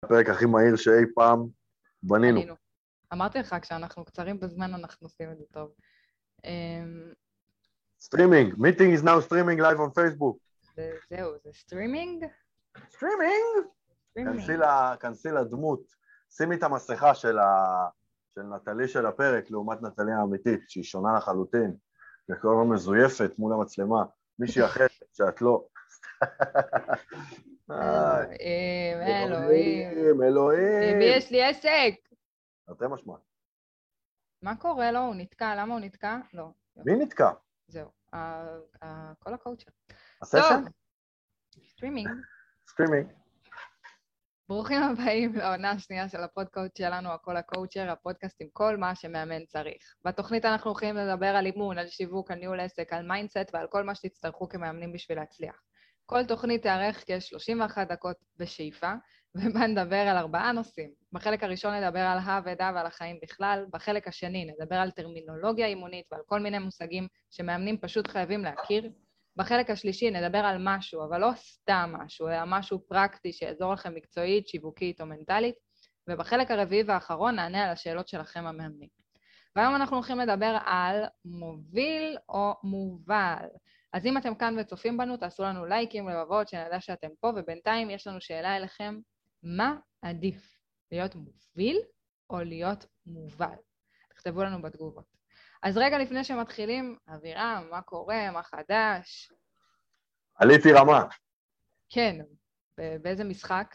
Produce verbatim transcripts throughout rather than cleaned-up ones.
הפרק הכי מהיר שאי פעם בנינו. בנינו. אמרתי לך, כשאנחנו קצרים בזמן, אנחנו עושים את זה טוב. סטרימינג, meeting is now streaming live on Facebook. זהו, זה סטרימינג? סטרימינג? כנסי לדמות. שימי את המסכה של נטלי של הפרק, לעומת נטלי האמיתית, שהיא שונה לחלוטין, וכל הזמן מזויפת מול המצלמה. מישהי אחרת שאת לא. אלוהים, אלוהים. אלוהים. למי יש לי עסק? תרתי משמע. מה קורה לו? הוא נתקע? למה הוא נתקע? לא. מי נתקע? זהו, כל הקואוצ'ר. הסשן? סטרימינג. סטרימינג. ברוכים הבאים לעונה השנייה של הפודקאסט שלנו, הכל הקואוצ'ר, הפודקאסט עם כל מה שמאמן צריך. בתוכנית אנחנו הולכים לדבר על אימון, על שיווק, על ניהול עסק, על מיינדסט ועל כל מה שתצטרכו כמאמנים בשביל להצליח. כל תוכנית תארך כ-שלושים ואחת דקות בשאיפה, ובה נדבר על ארבעה נושאים. בחלק הראשון נדבר על העבודה ועל החיים בכלל, בחלק השני נדבר על טרמינולוגיה אימונית ועל כל מיני מושגים שמאמנים פשוט חייבים להכיר. בחלק השלישי נדבר על משהו, אבל לא סתם משהו, אלא משהו פרקטי שיעזור לכם מקצועית, שיווקית או מנטלית, ובחלק הרביעי והאחרון נענה על השאלות שלכם המאמנים. והיום אנחנו הולכים לדבר על מוביל או מובל. אז אם אתם כאן וצופים בנו, תעשו לנו לייקים, לבבות, שנדע שאתם פה, ובינתיים יש לנו שאלה אליכם, מה עדיף? להיות מוביל או להיות מובל? תכתבו לנו בתגובות. אז רגע לפני שמתחילים, אבירם, מה קורה, מה חדש? עליתי רמה. כן, באיזה משחק?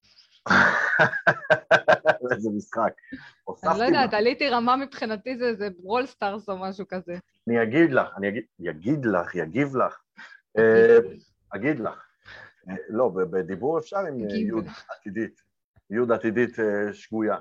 איזה משחק. אני לא יודעת, עליתי רמה מבחינתי זה איזה ברול סטארס או משהו כזה. אני אגיד לך, אני אגיד לך, יגיב לך. אגיד לך. לא, בדיבור אפשר עם יוד עתידית. יוד עתידית שגויה.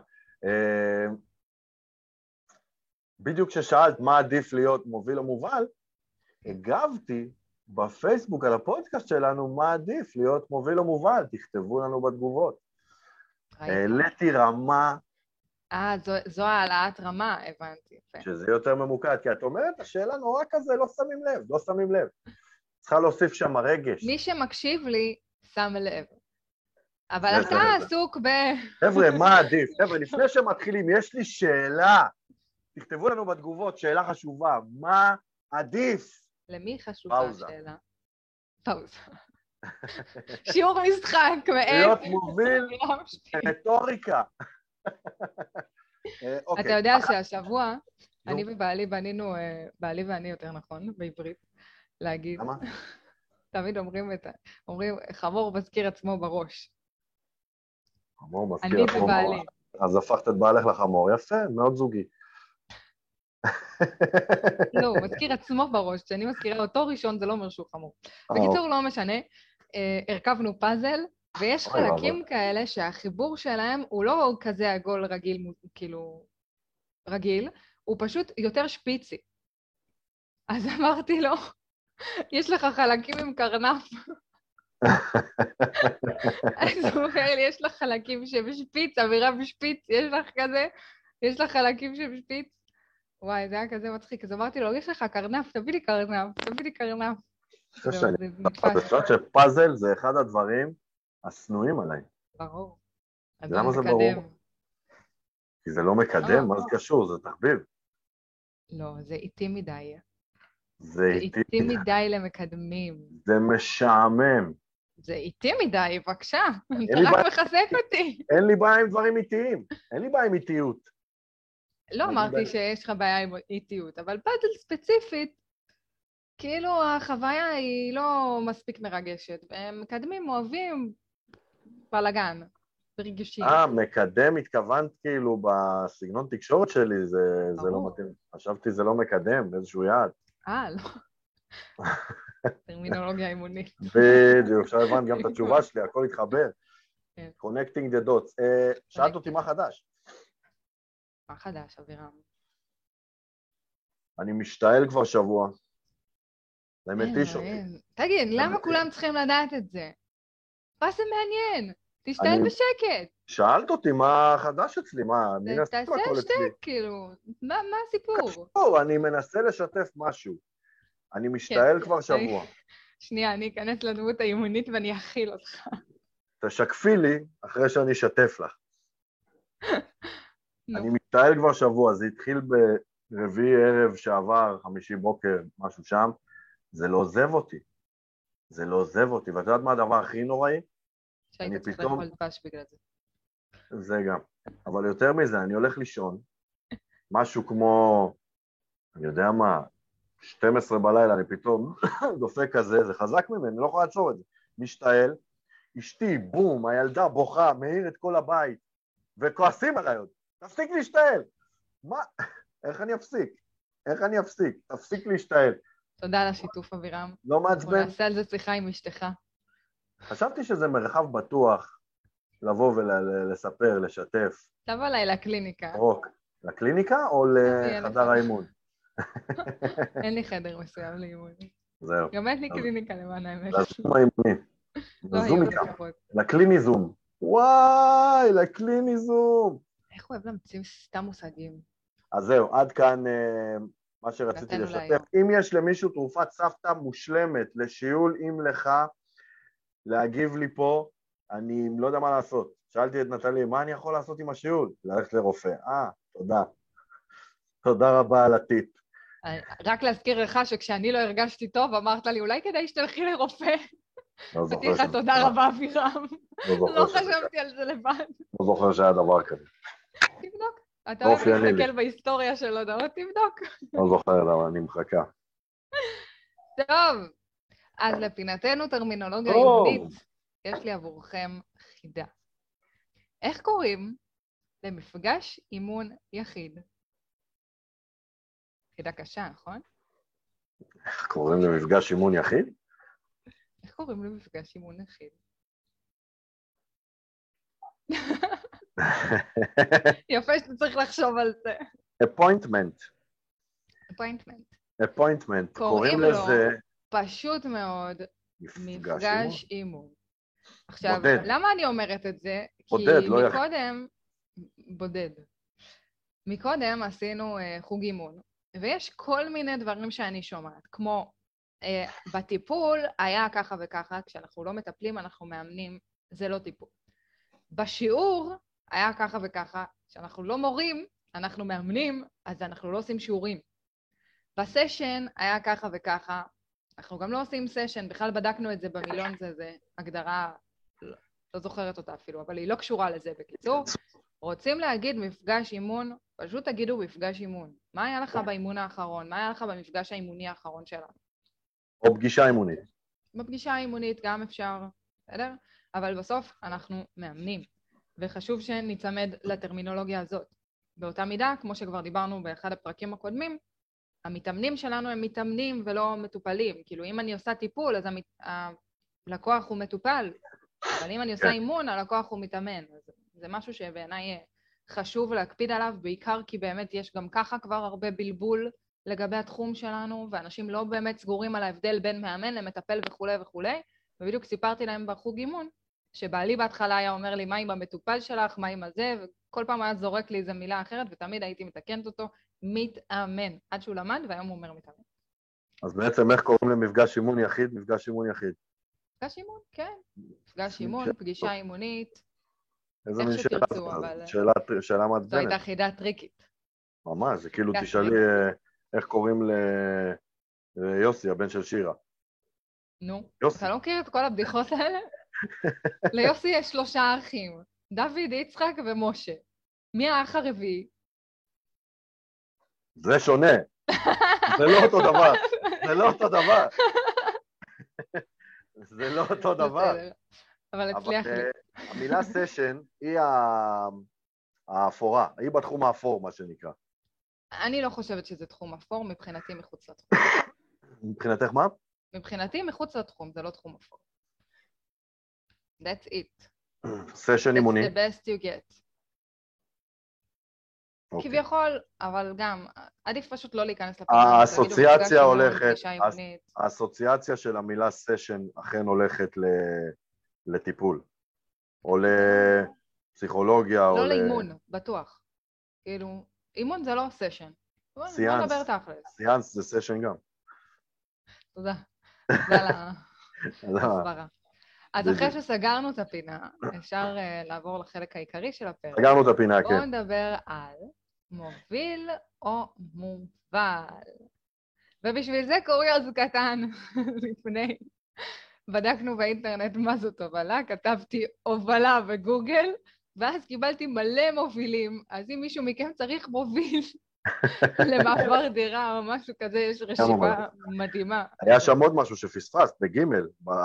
בדיוק כששאלת מה עדיף להיות מוביל או מובל, הגבתי בפייסבוק על הפודקאסט שלנו מה עדיף להיות מוביל או מובל, תכתבו לנו בתגובות. העליתי רמה... אה, זו העלאת רמה, הבנתי. שזה יותר ממוקד, כי את אומרת, השאלה נורא כזה, לא שמים לב, לא שמים לב. צריכה להוסיף שם הרגש. מי שמקשיב לי, שם לב. אבל אתה עסוק ב... חבר'ה, מה עדיף? חבר'ה, לפני שמתחילים, יש לי שאלה. תכתבו לנו בתגובות, שאלה חשובה. מה עדיף? למי חשובה השאלה? פאוזה. שיעור משחק, מאיפה? להיות מוביל, רטוריקה. אתה יודע שהשבוע, אני ובעלי בנינו, בעלי ואני יותר נכון, בעברית, להגיד. למה? תמיד אומרים את ה... אומרים, חמור מזכיר עצמו בראש. חמור מזכיר עצמו בראש. אז הפכת את בעלך לחמור, יפה, מאוד זוגי. לא, הוא מזכיר עצמו בראש, כשאני מזכירה אותו ראשון, זה לא אומר שהוא חמור. בקיצור, לא משנה, הרכבנו פאזל, ויש חלקים כאלה שהחיבור שלהם הוא לא כזה עגול רגיל, כאילו, רגיל, הוא פשוט יותר שפיצי. אז אמרתי לו, יש לך חלקים עם קרנף. אז הוא אומר לי, יש לך חלקים שבשפיץ, אווירה בשפיץ, יש לך כזה, יש לך חלקים שבשפיץ. וואי, זה היה כזה מצחיק. אז אמרתי לו, יש לך קרנף, תביא לי קרנף, תביא לי קרנף. אני חושבת שפאזל זה אחד הדברים הסנועים עליי. ברור. למה זה ברור? כי זה לא מקדם, מה זה קשור? זה תחביב. לא, זה איטי מדי. זה איטי מדי למקדמים. זה משעמם. זה איטי מדי, בבקשה. אתה רק מחזק אותי. אין לי בעיה עם דברים איטיים. אין לי בעיה עם איטיות. לא אמרתי שיש לך בעיה עם איטיות, אבל פאזל ספציפית, כאילו החוויה היא לא מספיק מרגשת, והם מקדמים, אוהבים בלגן, ברגשים. אה, מקדם, התכוונת כאילו בסגנון תקשורת שלי, זה לא מתאים. חשבתי זה לא מקדם, באיזשהו יעד. אה, לא. טרמינולוגיה אימונית. בדיוק, עכשיו הבנת גם את התשובה שלי, הכל התחבר. Connecting the dots. שאלת אותי מה חדש. מה חדש, אבירם? אני משתעל כבר שבוע. זה מתיש אותי. תגיד, למה כולם צריכים לדעת את זה? מה זה מעניין? תשתעל בשקט. שאלת אותי מה חדש אצלי, מה? תעשה שתק, כאילו. מה הסיפור? קשור, אני מנסה לשתף משהו. אני משתעל כבר שבוע. שנייה, אני אכנס לדמות האימונית ואני אכיל אותך. תשקפי לי אחרי שאני אשתף לך. אני משתעל כבר שבוע, זה התחיל ברביעי ערב שעבר, חמישי בוקר, משהו שם, זה לא עוזב אותי. זה לא עוזב אותי, ואת יודעת מה הדבר הכי נוראי? שהיית צריך לאכול דבש בגלל זה. זה גם. אבל יותר מזה, אני הולך לישון, משהו כמו, אני יודע מה, שתים עשרה בלילה, אני פתאום דופק כזה, זה חזק ממני, אני לא יכול לעצור את זה. משתעל, אשתי, בום, הילדה בוכה, מאיר את כל הבית, וכועסים עליי עוד. תפסיק להשתעל. מה? איך אני אפסיק? איך אני אפסיק? תפסיק להשתעל. תודה על השיתוף, אבירם. לא מעצבן. אנחנו נעשה על זה שיחה עם אשתך. חשבתי שזה מרחב בטוח לבוא ולספר, לשתף. תבוא אליי לקליניקה. רוק. לקליניקה או לחדר האימון? אין לי חדר מסוים לאימון. זהו. גם אין לי קליניקה למען האמת. לזום האימוני. לזום איתם. לקליני זום. וואי, לקליני זום. איך הוא אוהב להמציא סתם מושגים. אז זהו, עד כאן מה שרציתי לשתף. אם יש למישהו תרופת סבתא מושלמת לשיעול עם לך, להגיב לי פה, אני לא יודע מה לעשות. שאלתי את נטלי, מה אני יכול לעשות עם השיעול? ללכת לרופא. אה, תודה. תודה רבה על הטיפ. רק להזכיר לך שכשאני לא הרגשתי טוב, אמרת לי, אולי כדאי שתלכי לרופא. אמרתי לך, תודה רבה, אבירם. לא חשבתי על זה לבד. לא זוכר שהיה דבר כזה. תבדוק. אתה אוהב להסתכל בהיסטוריה של הודעות, תבדוק. לא זוכר למה, אני מחכה. טוב, אז לפינתנו טרמינולוגיה אימונית, יש לי עבורכם חידה. איך קוראים למפגש אימון יחיד? חידה קשה, נכון? איך קוראים למפגש אימון יחיד? איך קוראים למפגש אימון יחיד? יפה שאתה צריך לחשוב על זה. appointment. appointment. appointment. קוראים לזה... פשוט מאוד מפגש אימון. עכשיו, למה אני אומרת את זה? בודד, לא יחיד. כי מקודם... בודד. מקודם עשינו חוג אימון, ויש כל מיני דברים שאני שומעת, כמו בטיפול היה ככה וככה, כשאנחנו לא מטפלים אנחנו מאמנים, זה לא טיפול. בשיעור היה ככה וככה, כשאנחנו לא מורים, אנחנו מאמנים, אז אנחנו לא עושים שיעורים. בסשן היה ככה וככה, אנחנו גם לא עושים סשן, בכלל בדקנו את זה במילון, זה, זה הגדרה, לא, לא זוכרת אותה אפילו, אבל היא לא קשורה לזה בקיצור. רוצים להגיד מפגש אימון, פשוט תגידו מפגש אימון. מה היה לך באימון האחרון? מה היה לך במפגש האימוני האחרון שלנו? או פגישה אימונית. בפגישה האימונית גם אפשר, בסדר? אבל בסוף אנחנו מאמנים, וחשוב שניצמד לטרמינולוגיה הזאת. באותה מידה, כמו שכבר דיברנו באחד הפרקים הקודמים, המתאמנים שלנו הם מתאמנים ולא מטופלים. כאילו, אם אני עושה טיפול, אז המת... הלקוח הוא מטופל, אבל אם אני עושה אימון, הלקוח הוא מתאמן. אז זה משהו שבעיניי חשוב להקפיד עליו, בעיקר כי באמת יש גם ככה כבר הרבה בלבול לגבי התחום שלנו, ואנשים לא באמת סגורים על ההבדל בין מאמן למטפל וכו' וכו'. ובדיוק סיפרתי להם בחוג אימון, שבעלי בהתחלה היה אומר לי, מה עם המטופל שלך, מה עם הזה, וכל פעם היה זורק לי איזו מילה אחרת, ותמיד הייתי מתקנת אותו, מתאמן, עד שהוא למד, והיום הוא אומר מתאמן. אז בעצם איך קוראים למפגש אימון יחיד? מפגש אימון יחיד. מפגש אימון, כן. מפגש אימון, פגישה אימונית. איזה מין שאלה, שאלה מעצבנת. זו הייתה חידה טריקית. ממש, זה כאילו תשאלי איך קוראים ליוסי, הבן של שירה. נו, אתה לא מכיר את כל הבדיחות האלה? ליוסי יש שלושה אחים, דוד, יצחק ומשה. מי האח הרביעי? זה שונה. זה לא אותו דבר. זה לא אותו דבר. זה לא אותו דבר. אבל הצליח לי. המילה סשן היא האפורה, היא בתחום האפור, מה שנקרא. אני לא חושבת שזה תחום אפור, מבחינתי מחוץ לתחום. מבחינתך מה? מבחינתי מחוץ לתחום, זה לא תחום אפור. That's it. סשן אימוני. That's the best you get. כביכול, אבל גם, עדיף פשוט לא להיכנס לפרק. האסוציאציה הולכת, האסוציאציה של המילה סשן אכן הולכת לטיפול, או לפסיכולוגיה, או ל... לא לאימון, בטוח. כאילו, אימון זה לא סשן. סיאנס. בוא נדבר תכלס. סיאנס זה סשן גם. תודה. תודה על ההסברה. אז אחרי שסגרנו את הפינה, אפשר לעבור לחלק העיקרי של הפרק. סגרנו את הפינה, כן. בואו נדבר על מוביל או מובל. ובשביל זה קוריוז קטן לפני. בדקנו באינטרנט מה זאת הובלה, כתבתי הובלה בגוגל, ואז קיבלתי מלא מובילים, אז אם מישהו מכם צריך מוביל למעבר דירה או משהו כזה, יש רשימה מדהימה. היה שם עוד משהו שפספסת, בגימל,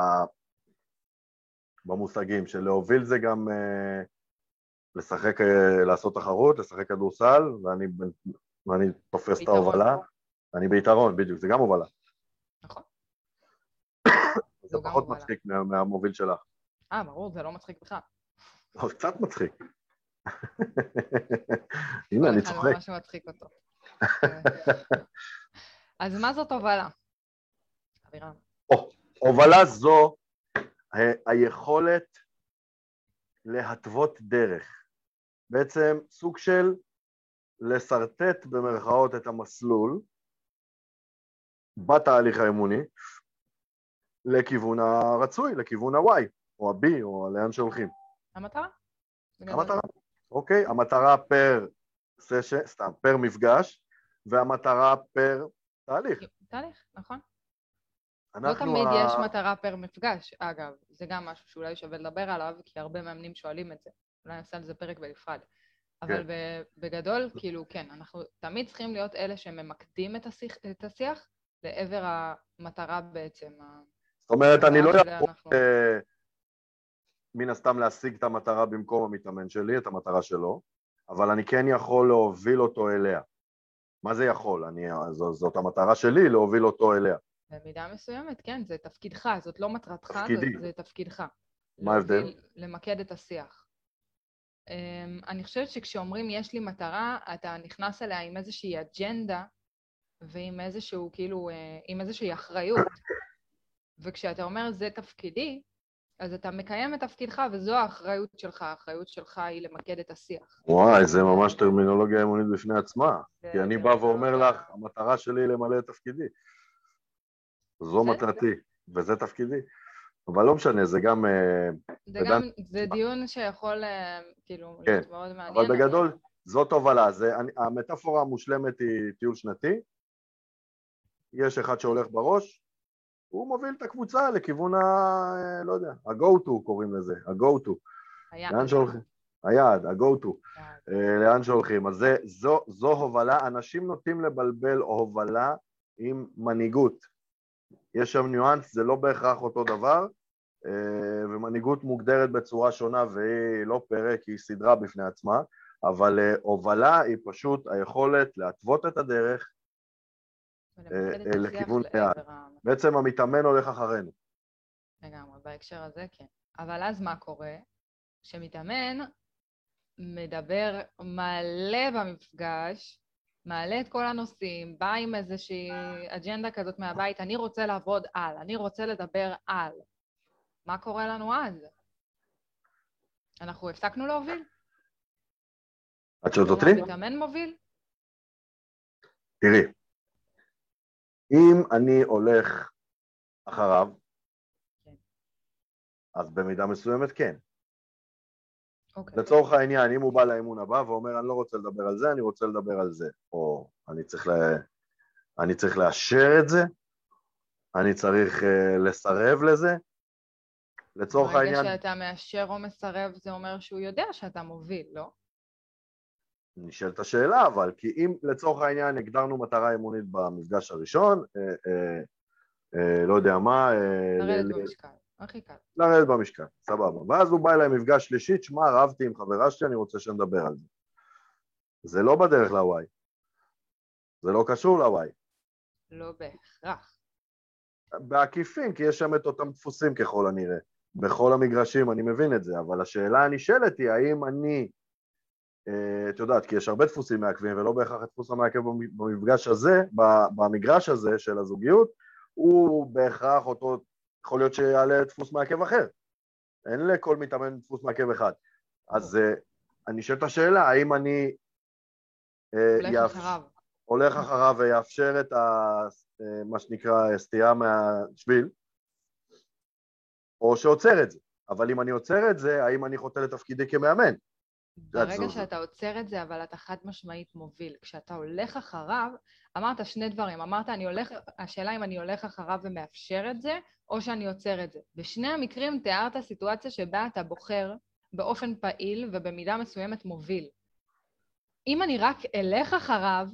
במושגים, שלהוביל זה גם uh, לשחק, uh, לעשות תחרות, לשחק כדורסל, ואני, ואני תופס את ההובלה, אני ביתרון, בדיוק, זה גם הובלה. נכון. זה פחות מצחיק מה, מהמוביל שלך. אה, ברור, זה לא מצחיק בכלל. לא, זה קצת מצחיק. הנה, אני צוחק. כל אחד ממש מצחיק אותו. אז מה זאת הובלה? אבירם. הובלה זו היכולת להתוות דרך. בעצם סוג של לסרטט במרכאות את המסלול בתהליך האימוני לכיוון הרצוי, לכיוון ה-Y, או ה-B, או לאן שהולכים. המטרה? המטרה, אוקיי. המטרה פר סשן, סתם, פר מפגש, והמטרה פר תהליך. תהליך, נכון. לא תמיד יש מטרה פר מפגש, אגב, זה גם משהו שאולי שווה לדבר עליו, כי הרבה מאמנים שואלים את זה. אולי נעשה על זה פרק בנפרד. אבל בגדול, כאילו, כן, אנחנו תמיד צריכים להיות אלה שממקדים את השיח לעבר המטרה בעצם. זאת אומרת, אני לא יכול מן הסתם להשיג את המטרה במקום המתאמן שלי, את המטרה שלו, אבל אני כן יכול להוביל אותו אליה. מה זה יכול? אני, זו, זאת המטרה שלי, להוביל אותו אליה. במידה מסוימת, כן, זה תפקידך, זאת לא מטרתך, תפקידי. זה, זה תפקידך. מה ההבדל? למקד את השיח. Um, אני חושבת שכשאומרים יש לי מטרה, אתה נכנס אליה עם איזושהי אג'נדה, ועם איזשהו, כאילו, עם איזושהי אחריות. וכשאתה אומר זה תפקידי, אז אתה מקיים את תפקידך, וזו האחריות שלך. האחריות שלך היא למקד את השיח. וואי, זה ממש טרמינולוגיה אימונית בפני עצמה. כי אני בא ואומר לך, המטרה שלי היא למלא את תפקידי. זו מטרתי, וזה תפקידי. אבל לא משנה, זה גם... זה גם, זה דיון שיכול, כאילו, להיות מאוד מעניין. אבל בגדול, זאת הובלה. המטאפורה המושלמת היא טיול שנתי. יש אחד שהולך בראש, הוא מוביל את הקבוצה לכיוון ה... לא יודע, ה-go to קוראים לזה, ה-go to. לאן שהולכים? היעד, ה-go to. לאן שהולכים. אז זה, זו, זו הובלה. אנשים נוטים לבלבל הובלה עם מנהיגות. יש שם ניואנס, זה לא בהכרח אותו דבר, ומנהיגות מוגדרת בצורה שונה, והיא לא פרק, היא סדרה בפני עצמה, אבל הובלה היא פשוט היכולת להתוות את הדרך, לכיוון היעד. בעצם המתאמן הולך אחרינו. לגמרי, בהקשר הזה כן. אבל אז מה קורה? כשמתאמן מדבר מלא במפגש, מעלה את כל הנושאים, בא עם איזושהי אג'נדה כזאת מהבית, אני רוצה לעבוד על, אני רוצה לדבר על. מה קורה לנו אז? אנחנו הפסקנו להוביל? את שואלת אותי? המתאמן מוביל? תראי. אם אני הולך אחריו, כן. אז במידה מסוימת כן. Okay. לצורך העניין, אם הוא בא לאימון הבא ואומר, אני לא רוצה לדבר על זה, אני רוצה לדבר על זה, או אני צריך, לה... אני צריך לאשר את זה, אני צריך uh, לסרב לזה, לצורך העניין... ברגע שאתה מאשר או מסרב, זה אומר שהוא יודע שאתה מוביל, לא? נשאלת השאלה, אבל כי אם לצורך העניין הגדרנו מטרה אימונית במפגש הראשון, אה, אה, אה, לא יודע מה... לרדת ל... במשקל, הכי קל. לרדת במשקל, סבבה. ואז הוא בא אליי מפגש שלישית, שמה, רבתי עם חברה שלי, אני רוצה שנדבר על זה. זה לא בדרך ל-Y. זה לא קשור ל-Y. לא בהכרח. בעקיפין, כי יש שם את אותם דפוסים ככל הנראה. בכל המגרשים אני מבין את זה, אבל השאלה הנשאלת היא, האם אני... את יודעת, כי יש הרבה דפוסים מעכבים, ולא בהכרח הדפוס המעכב במפגש הזה, במגרש הזה של הזוגיות, הוא בהכרח אותו, יכול להיות שיעלה דפוס מעכב אחר. אין לכל מתאמן דפוס מעכב אחד. אז אני שואל את השאלה, האם אני הולך אחריו. הולך אחריו ויאפשר את מה שנקרא סטייה מהשביל, או שעוצר את זה. אבל אם אני עוצר את זה, האם אני חוטא לתפקידי כמאמן? ברגע שאתה עוצר את זה, אבל אתה חד משמעית מוביל. כשאתה הולך אחריו, אמרת שני דברים. אמרת, אני הולך, השאלה אם אני הולך אחריו ומאפשר את זה, או שאני עוצר את זה. בשני המקרים תיארת סיטואציה שבה אתה בוחר באופן פעיל ובמידה מסוימת מוביל. אם אני רק אלך אחריו,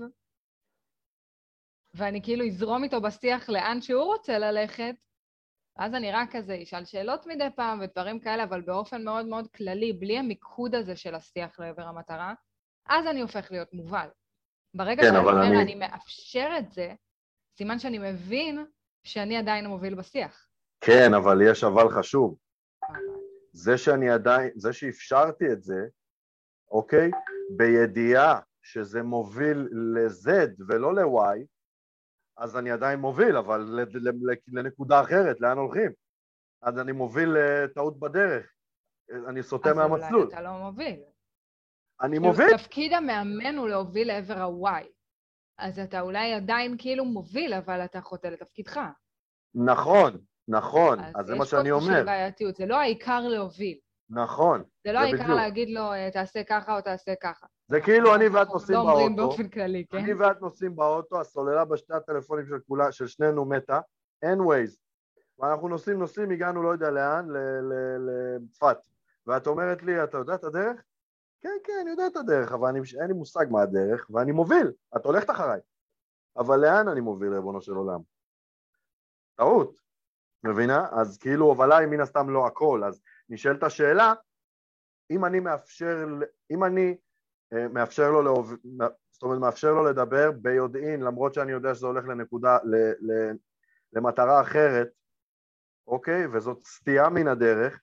ואני כאילו אזרום איתו בשיח לאן שהוא רוצה ללכת, אז אני רק כזה אשאל שאלות מדי פעם ודברים כאלה, אבל באופן מאוד מאוד כללי, בלי המיקוד הזה של השיח לעבר המטרה, אז אני הופך להיות מובל. ברגע כן, שאני אומר, אני... אני מאפשר את זה, סימן שאני מבין שאני עדיין מוביל בשיח. כן, אבל יש אבל חשוב. זה שאני עדיין, זה שאפשרתי את זה, אוקיי? בידיעה שזה מוביל ל-Z ולא ל-Y, אז אני עדיין מוביל, אבל לנקודה אחרת, לאן הולכים? אז אני מוביל טעות בדרך, אני סוטה מהמסלול. אז אולי אתה לא מוביל. אני מוביל. תפקיד המאמן הוא להוביל לעבר ה-Y, אז אתה אולי עדיין כאילו מוביל, אבל אתה חוטא לתפקידך. נכון, נכון, אז זה מה שאני אומר. אז יש פה בעייתיות, זה לא העיקר להוביל. נכון, זה לא העיקר להגיד לו, תעשה ככה או תעשה ככה. זה כאילו אני ואת נוסעים באוטו. לא אומרים באופן כללי, כן? אני ואת נוסעים באוטו, הסוללה בשתי הטלפונים של כולה, של שנינו מתה, אין ווייז. ואנחנו נוסעים, נוסעים, הגענו לא יודע לאן, לצפת. ואת אומרת לי, אתה יודע את הדרך? כן, כן, אני יודע את הדרך, אבל אין לי מושג מה הדרך, ואני מוביל, את הולכת אחריי. אבל לאן אני מוביל, ריבונו של עולם? טעות, מבינה? אז כאילו הובלה היא מן הסתם לא הכל, אז נשאלת השאלה, אם אני מאפשר, אם אני מאפשר לו, להוב... זאת אומרת, מאפשר לו לדבר ביודעין, למרות שאני יודע שזה הולך לנקודה, ל... ל... למטרה אחרת, אוקיי? וזאת סטייה מן הדרך,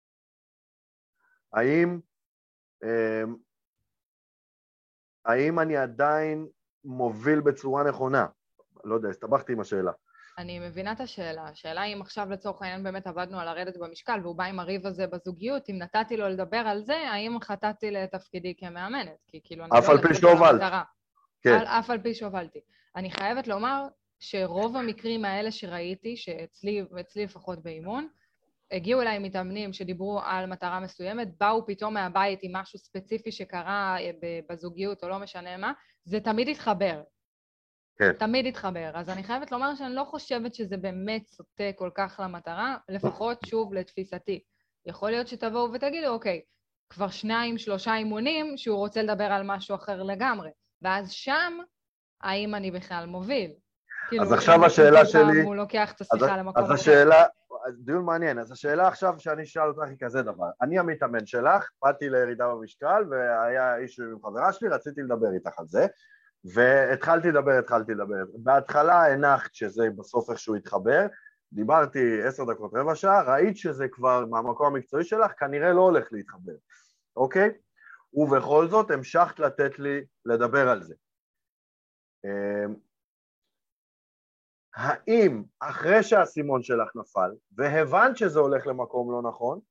האם, האם אני עדיין מוביל בצורה נכונה? לא יודע, הסתבכתי עם השאלה. אני מבינה את השאלה. השאלה אם עכשיו לצורך העניין באמת עבדנו על הרדת במשקל, והוא בא עם הריב הזה בזוגיות, אם נתתי לו לדבר על זה, האם חטאתי לתפקידי כמאמנת? כי כאילו אני לא... אף על פי שהובלת. כן. אף על פי שהובלתי. אני חייבת לומר שרוב המקרים האלה שראיתי, שאצלי, ואצלי לפחות באימון, הגיעו אליי מתאמנים שדיברו על מטרה מסוימת, באו פתאום מהבית עם משהו ספציפי שקרה בזוגיות או לא משנה מה, זה תמיד התחבר. כן. תמיד התחבר. אז אני חייבת לומר שאני לא חושבת שזה באמת סוטה כל כך למטרה, לפחות שוב לתפיסתי. יכול להיות שתבואו ותגידו, אוקיי, כבר שניים, שלושה אימונים שהוא רוצה לדבר על משהו אחר לגמרי. ואז שם, האם אני בכלל מוביל? אז עכשיו השאלה שלי... הוא לוקח את השיחה למקום. אז השאלה... דיון מעניין, אז השאלה עכשיו שאני אשאל אותך היא כזה דבר. אני המתאמן שלך, באתי לירידה במשקל והיה אישו עם חברה שלי, רציתי לדבר איתך על זה. והתחלתי לדבר, התחלתי לדבר. בהתחלה הנחת שזה בסוף איכשהו התחבר, דיברתי עשר דקות, רבע שעה, ראית שזה כבר מהמקום המקצועי שלך, כנראה לא הולך להתחבר, אוקיי? ובכל זאת המשכת לתת לי לדבר על זה. האם אחרי שהסימון שלך נפל, והבנת שזה הולך למקום לא נכון,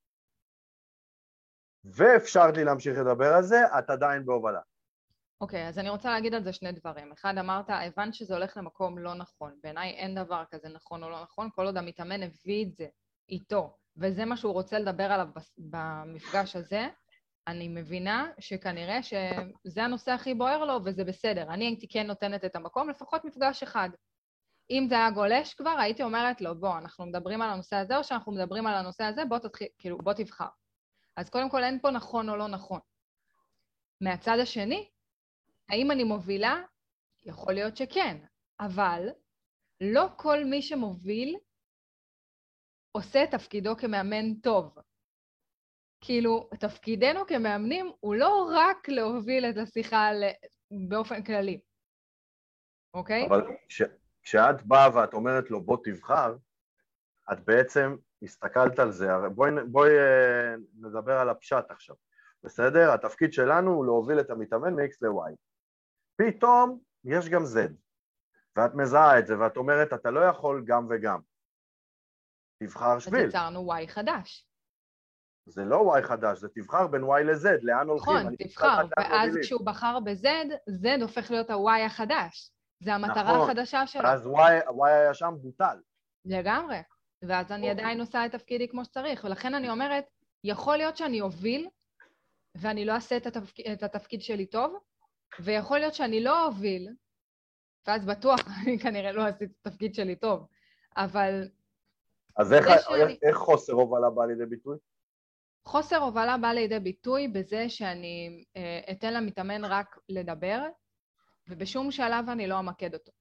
ואפשרת לי להמשיך לדבר על זה, את עדיין בהובלה. אוקיי, okay, אז אני רוצה להגיד על זה שני דברים. אחד, אמרת, הבנת שזה הולך למקום לא נכון. בעיניי אין דבר כזה נכון או לא נכון, כל עוד המתאמן הביא את זה איתו, וזה מה שהוא רוצה לדבר עליו במפגש הזה, אני מבינה שכנראה שזה הנושא הכי בוער לו, וזה בסדר. אני הייתי כן נותנת את המקום, לפחות מפגש אחד. אם זה היה גולש כבר, הייתי אומרת לו, בוא, אנחנו מדברים על הנושא הזה, או שאנחנו מדברים על הנושא הזה, בוא תתחיל, כאילו, בוא תבחר. אז קודם כל, אין פה נכון או לא נכון. מהצד השני, האם אני מובילה? יכול להיות שכן, אבל לא כל מי שמוביל עושה את תפקידו כמאמן טוב. כאילו, תפקידנו כמאמנים הוא לא רק להוביל את השיחה באופן כללי, אוקיי? אבל כש, כשאת באה ואת אומרת לו בוא תבחר, את בעצם הסתכלת על זה, בואי, בואי נדבר על הפשט עכשיו, בסדר? התפקיד שלנו הוא להוביל את המתאמן מ-X ל-Y. פתאום יש גם Z, ואת מזהה את זה, ואת אומרת, אתה לא יכול גם וגם. תבחר שביל. אז יצרנו Y חדש. זה לא Y חדש, זה תבחר בין Y ל-Z, לאן הולכים? נכון, תבחר, ואז כשהוא בחר ב-Z, Z הופך להיות ה-Y החדש. זה המטרה החדשה שלו. אז Y היה שם בוטל. לגמרי. ואז אני עדיין עושה את תפקידי כמו שצריך, ולכן אני אומרת, יכול להיות שאני אוביל, ואני לא אעשה את התפקיד, את התפקיד שלי טוב, ויכול להיות שאני לא אוביל, ואז בטוח אני כנראה לא עשיתי את התפקיד שלי טוב, אבל... אז איך, שאני... איך חוסר הובלה בא לידי ביטוי? חוסר הובלה בא לידי ביטוי בזה שאני אה, אתן למתאמן רק לדבר, ובשום שלב אני לא אמקד אותו.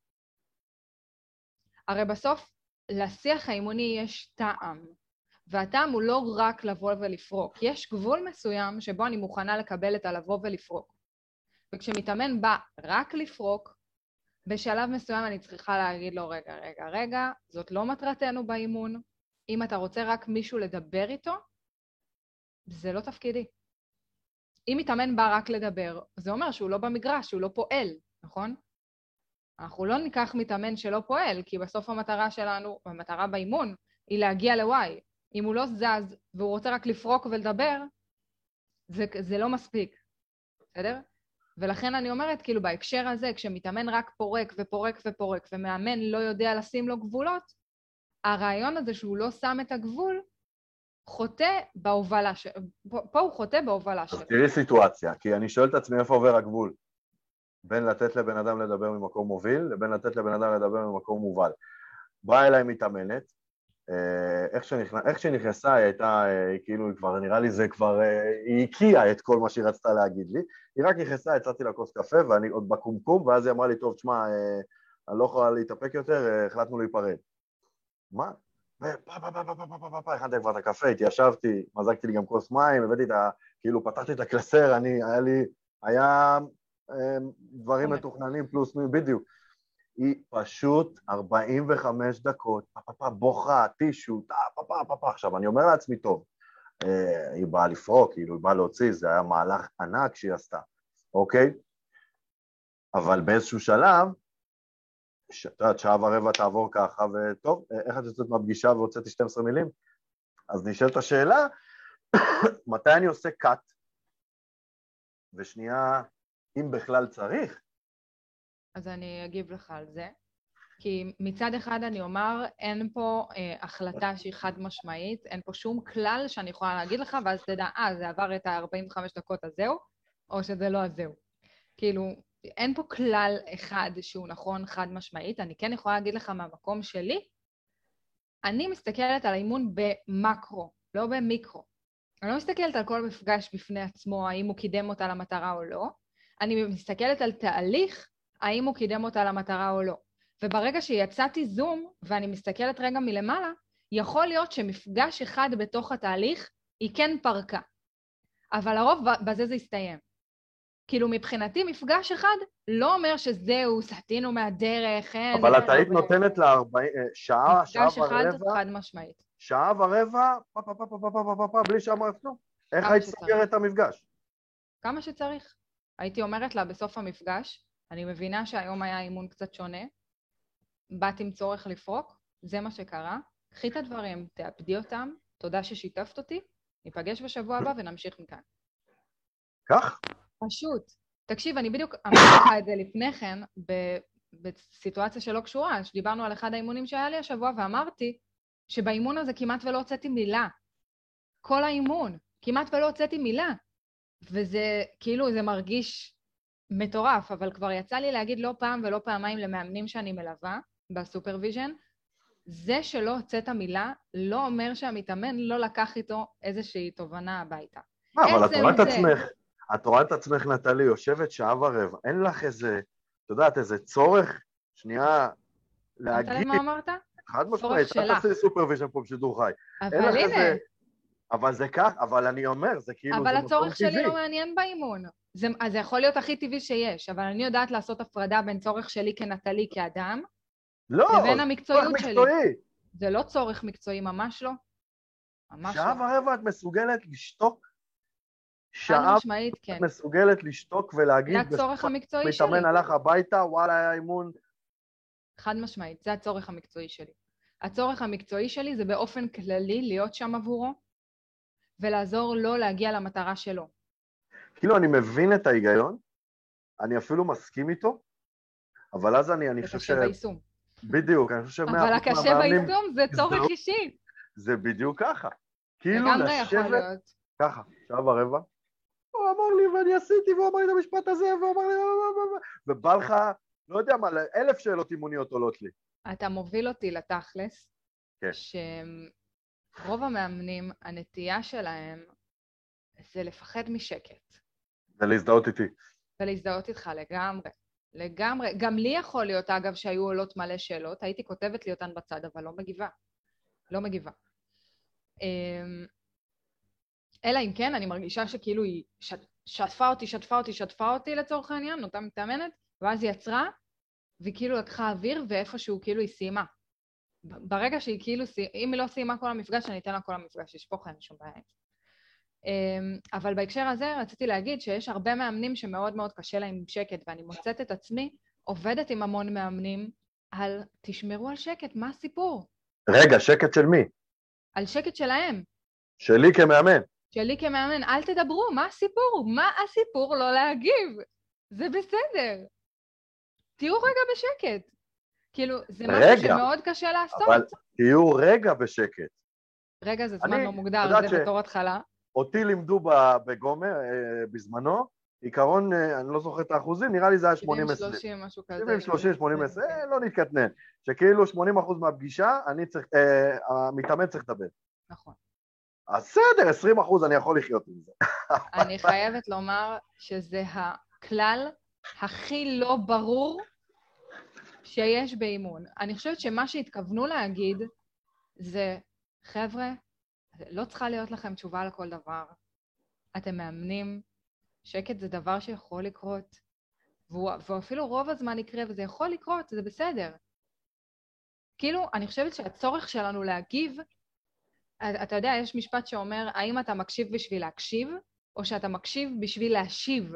הרי בסוף, לשיח האימוני יש טעם, והטעם הוא לא רק לבוא ולפרוק. יש גבול מסוים שבו אני מוכנה לקבל את הלבוא ולפרוק. וכשמתאמן בא רק לפרוק, בשלב מסוים אני צריכה להגיד לו, רגע, רגע, רגע, זאת לא מטרתנו באימון. אם אתה רוצה רק מישהו לדבר איתו, זה לא תפקידי. אם מתאמן בא רק לדבר, זה אומר שהוא לא במגרש, שהוא לא פועל, נכון? אנחנו לא ניקח מתאמן שלא פועל, כי בסוף המטרה שלנו, המטרה באימון, היא להגיע ל-Y. אם הוא לא זז והוא רוצה רק לפרוק ולדבר, זה, זה לא מספיק, בסדר? ולכן אני אומרת, כאילו בהקשר הזה, כשמתאמן רק פורק ופורק ופורק, ומאמן לא יודע לשים לו גבולות, הרעיון הזה שהוא לא שם את הגבול, חוטא בהובלה שלו. פה הוא חוטא בהובלה שלו. אז תראי סיטואציה, כי אני שואל את עצמי איפה עובר הגבול. בין לתת לבן אדם לדבר ממקום מוביל, לבין לתת לבן אדם לדבר ממקום מובל. באה אליי מתאמנת, איך שנכנס, איך שנכנסה היא הייתה, כאילו כבר נראה לי זה כבר, היא הקיעה את כל מה שהיא רצתה להגיד לי, היא רק נכנסה, יצאתי לה כוס קפה ואני עוד בקומקום, ואז היא אמרה לי, טוב, תשמע, אני לא יכולה להתאפק יותר, החלטנו להיפרד. מה? ופה, פה, פה, פה, פה, פה, פה, פה, הכנתי כבר את הקפה, התיישבתי, מזגתי לי גם כוס מים, הבאתי את ה... כאילו פתחתי את הקלסר, אני, היה לי, היה דברים מתוכננים פלוס מי, בדיוק. היא פשוט ארבעים וחמש דקות, פפה, בוכה, טישו, פפה, פפה. עכשיו, אני אומר לעצמי, טוב, היא באה לפרוק, כאילו, היא באה להוציא, זה היה מהלך ענק שהיא עשתה, אוקיי? אבל באיזשהו שלב, את יודעת, שעה ורבע תעבור ככה, וטוב, איך את יוצאת מהפגישה והוצאתי שתים עשרה מילים? אז נשאלת השאלה, מתי אני עושה קאט? ושנייה, אם בכלל צריך, אז אני אגיב לך על זה, כי מצד אחד אני אומר, אין פה אה, החלטה שהיא חד משמעית, אין פה שום כלל שאני יכולה להגיד לך, ואז תדע, אה, זה עבר את ה-ארבעים וחמש דקות הזהו, או שזה לא הזהו. כאילו, אין פה כלל אחד שהוא נכון חד משמעית, אני כן יכולה להגיד לך מהמקום שלי, אני מסתכלת על האימון במקרו, לא במיקרו. אני לא מסתכלת על כל מפגש בפני עצמו, האם הוא קידם אותה למטרה או לא, אני מסתכלת על תהליך, האם הוא קידם אותה למטרה או לא. וברגע שיצאתי זום, ואני מסתכלת רגע מלמעלה, יכול להיות שמפגש אחד בתוך התהליך, היא כן פרקה. אבל הרוב בזה זה יסתיים. כאילו מבחינתי מפגש אחד לא אומר שזהו, סעתינו מהדרך, אין... אבל את היית נותנת לה שעה, שעה ורבע... מפגש אחד חד משמעית. שעה ורבע, פה, פה, פה, פה, פה, פה, פה, פה, בלי שאמרת כלום. איך היית סוגרת את המפגש? כמה שצריך. הייתי אומרת לה בסוף המפגש, אני מבינה שהיום היה אימון קצת שונה, באתי עם צורך לפרוק, זה מה שקרה, קחי את הדברים, תאבדי אותם, תודה ששיתפת אותי, ניפגש בשבוע הבא ונמשיך מכאן. כך? פשוט. תקשיב, אני בדיוק אמרתי לך את זה לפני כן, בסיטואציה שלא קשורה, שדיברנו על אחד האימונים שהיה לי השבוע, ואמרתי שבאימון הזה כמעט ולא הוצאתי מילה. כל האימון, כמעט ולא הוצאתי מילה. וזה, כאילו, זה מרגיש מטורף, אבל כבר יצא לי להגיד לא פעם ולא פעמיים למאמנים שאני מלווה בסופרוויז'ן, זה שלא הוצאת מילה לא אומר שהמתאמן לא לקח איתו איזושהי תובנה הביתה. מה, אבל את רואה את עצמך, את רואה את עצמך, נטלי, יושבת שעה ורבע, אין לך איזה, את יודעת, איזה צורך, שנייה, להגיד... אתה מה אמרת? חד משמעית, את תעשי סופרוויז'ן פה בשידור חי. אבל הנה. אבל זה כך, אבל אני אומר, זה כאילו... אבל הצורך שלי לא מעניין באימון. זה, אז זה יכול להיות הכי טבעי שיש, אבל אני יודעת לעשות הפרדה בין צורך שלי כנטלי כאדם, לא, לבין המקצועיות שלי. מקצועי. זה לא צורך מקצועי, ממש לא. ממש שעה לא. ורבע את מסוגלת לשתוק? שעה משמעית, כן. את מסוגלת לשתוק ולהגיד... זה הצורך המקצועי שלי. מתאמן הלך הביתה, וואלה, היה אימון. חד משמעית, זה הצורך המקצועי שלי. הצורך המקצועי שלי זה באופן כללי להיות שם עבורו, ולעזור לו להגיע למטרה שלו. כאילו, אני מבין את ההיגיון, אני אפילו מסכים איתו, אבל אז אני, אני חושב ש... ביישום. בדיוק, אני חושב אבל הקשה ביישום זה צורך אישי. זה בדיוק ככה. כאילו לשבת ככה, שעה ורבע, הוא אמר לי ואני עשיתי, והוא אמר לי את המשפט הזה, והוא אמר לי, ובא לך, לא יודע מה, אלף שאלות אימוניות עולות לי. אתה מוביל אותי לתכלס, כן. שרוב המאמנים, הנטייה שלהם, זה לפחד משקט. ולהזדהות איתי. ולהזדהות איתך לגמרי. לגמרי. גם לי יכול להיות, אגב, שהיו עולות מלא שאלות, הייתי כותבת לי אותן בצד, אבל לא מגיבה. לא מגיבה. אלא אם כן, אני מרגישה שכאילו היא שטפה אותי, שטפה אותי, שטפה אותי לצורך העניין, נוטה מתאמנת, ואז היא יצרה, והיא כאילו לקחה אוויר, ואיפשהו כאילו היא סיימה. ברגע שהיא כאילו, אם היא לא סיימה כל המפגש, אני אתן לה כל המפגש, לשפוך, אין שום בעיה. אבל בהקשר הזה רציתי להגיד שיש הרבה מאמנים שמאוד מאוד קשה להם עם שקט, ואני מוצאת את עצמי, עובדת עם המון מאמנים על תשמרו על שקט, מה הסיפור? רגע, שקט של מי? על שקט שלהם. שלי כמאמן. שלי כמאמן, אל תדברו, מה הסיפור? מה הסיפור לא להגיב? זה בסדר. תהיו רגע בשקט. כאילו, זה משהו שמאוד קשה לעשות. אבל תהיו רגע בשקט. רגע, זה זמן לא מוגדר, זה בתור התחלה. אותי לימדו בגומר, בזמנו, עיקרון, אני לא זוכר את האחוזים, נראה לי זה היה שמונים עשרים. שבעים שלושים, משהו כזה. שבעים שלושים, שמונים עשרים, לא נתקטנן. שכאילו שמונים אחוז מהפגישה, המתאמן צריך לדבר. נכון. אז בסדר, עשרים אחוז אני יכול לחיות עם זה. אני חייבת לומר שזה הכלל הכי לא ברור שיש באימון. אני חושבת שמה שהתכוונו להגיד זה, חבר'ה, לא צריכה להיות לכם תשובה לכל דבר. אתם מאמנים, שקט זה דבר שיכול לקרות, והוא, ואפילו רוב הזמן יקרה, וזה יכול לקרות, זה בסדר. כאילו, אני חושבת שהצורך שלנו להגיב, אתה יודע, יש משפט שאומר, האם אתה מקשיב בשביל להקשיב, או שאתה מקשיב בשביל להשיב.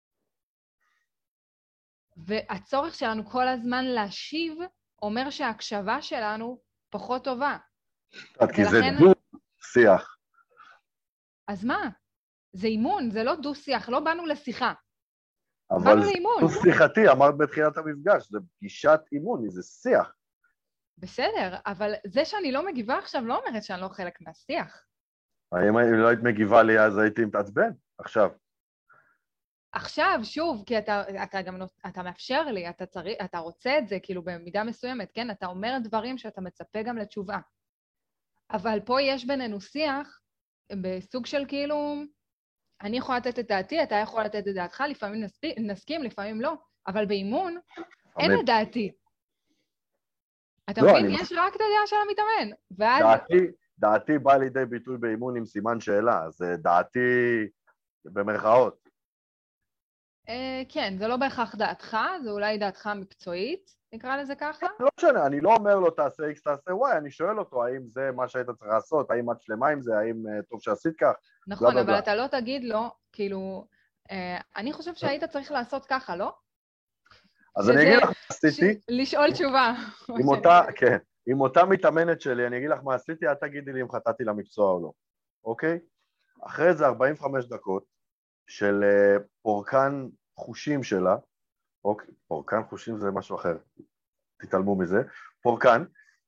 והצורך שלנו כל הזמן להשיב, אומר שההקשבה שלנו פחות טובה. כי זה דו-שיח. אז מה? זה אימון, זה לא דו-שיח, לא באנו לשיחה. אבל זה דו-שיחתי, אמרת בתחילת המפגש, זה פגישת אימון, זה שיח. בסדר, אבל זה שאני לא מגיבה עכשיו לא אומרת שאני לא חלק מהשיח. אם לא היית מגיבה לי, אז הייתי מתעצבן, עכשיו. עכשיו, שוב, כי אתה, אתה גם, אתה מאפשר לי, אתה צריך, אתה רוצה את זה, כאילו במידה מסוימת, כן? אתה אומר דברים שאתה מצפה גם לתשובה. אבל פה יש בינינו שיח, בסוג של כאילו, אני יכולה לתת את דעתי, אתה יכול לתת את דעתך, לפעמים נסכים, לפעמים לא, אבל באימון אין את דעתי. אתה מבין? יש רק את הדעה של המתאמן. דעתי, דעתי באה לידי ביטוי באימון עם סימן שאלה, אז דעתי במרכאות. כן, זה לא בהכרח דעתך, זה אולי דעתך המקצועית, נקרא לזה ככה. לא משנה, אני לא אומר לו תעשה X, תעשה Y, אני שואל אותו האם זה מה שהיית צריך לעשות, האם את שלמה עם זה, האם טוב שעשית כך. נכון, אבל אתה לא תגיד לו, כאילו, אני חושב שהיית צריך לעשות ככה, לא? אז אני אגיד לך מה עשיתי. לשאול תשובה. עם אותה, כן, עם אותה מתאמנת שלי, אני אגיד לך מה עשיתי, את תגידי לי אם חטאתי למקצוע או לא, אוקיי? אחרי זה ארבעים וחמש דקות של פורקן חושים שלה, אוקיי, פורקן חושים זה משהו אחר, תתעלמו מזה, פורקן,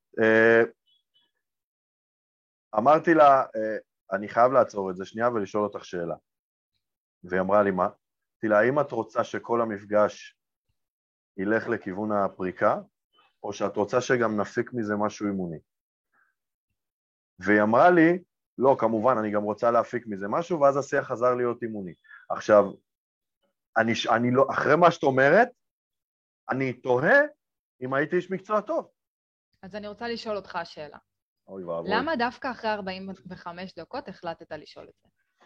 אמרתי לה, אני חייב לעצור את זה שנייה ולשאול אותך שאלה. והיא אמרה לי מה? אמרתי לה, האם את רוצה שכל המפגש ילך לכיוון הפריקה, או שאת רוצה שגם נפיק מזה משהו אימוני? והיא אמרה לי, לא, כמובן, אני גם רוצה להפיק מזה משהו, ואז השיח חזר להיות אימוני. עכשיו, אני, אני לא, אחרי מה שאת אומרת, אני תוהה אם הייתי איש מקצוע טוב. אז אני רוצה לשאול אותך שאלה. אוי ואבוי. למה דווקא אחרי ארבעים וחמש דקות החלטת לשאול את זה?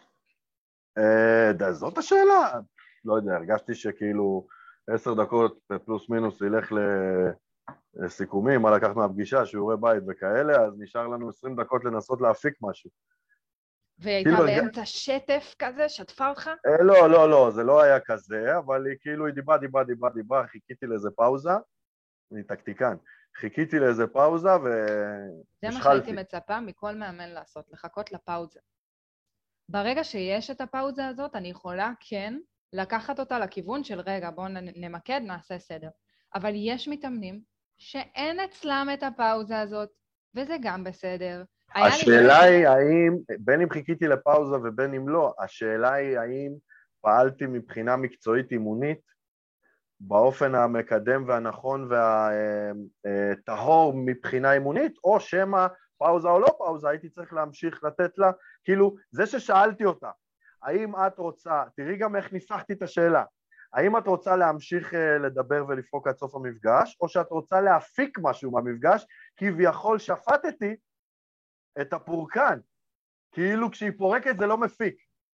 אה, זאת השאלה. לא יודע, הרגשתי שכאילו עשר דקות פלוס מינוס ילך לסיכומים, מה לקחת מהפגישה, שיעורי בית וכאלה, אז נשאר לנו עשרים דקות לנסות להפיק משהו. והיא הייתה באמצע שטף כזה, שטפה אותך? לא, לא, לא, זה לא היה כזה, אבל היא כאילו, היא דיברה, דיברה, דיברה, דיברה, חיכיתי לאיזה פאוזה, אני טקטיקן, חיכיתי לאיזה פאוזה והשחלתי. זה מה שהייתי מצפה מכל מאמן לעשות, לחכות לפאוזה. ברגע שיש את הפאוזה הזאת, אני יכולה כן לקחת אותה לכיוון של רגע, בואו נמקד, נעשה סדר. אבל יש מתאמנים שאין אצלם את הפאוזה הזאת, וזה גם בסדר. השאלה היא האם, בין אם חיכיתי לפאוזה ובין אם לא, השאלה היא האם פעלתי מבחינה מקצועית אימונית, באופן המקדם והנכון והטהור מבחינה אימונית, או שמה פאוזה או לא פאוזה, הייתי צריך להמשיך לתת לה, כאילו, זה ששאלתי אותה, האם את רוצה, תראי גם איך ניסחתי את השאלה, האם את רוצה להמשיך לדבר ולפרוק עד סוף המפגש, או שאת רוצה להפיק משהו מהמפגש, כביכול שפטתי את הפורקן, כאילו כשהיא פורקת זה לא מפיק.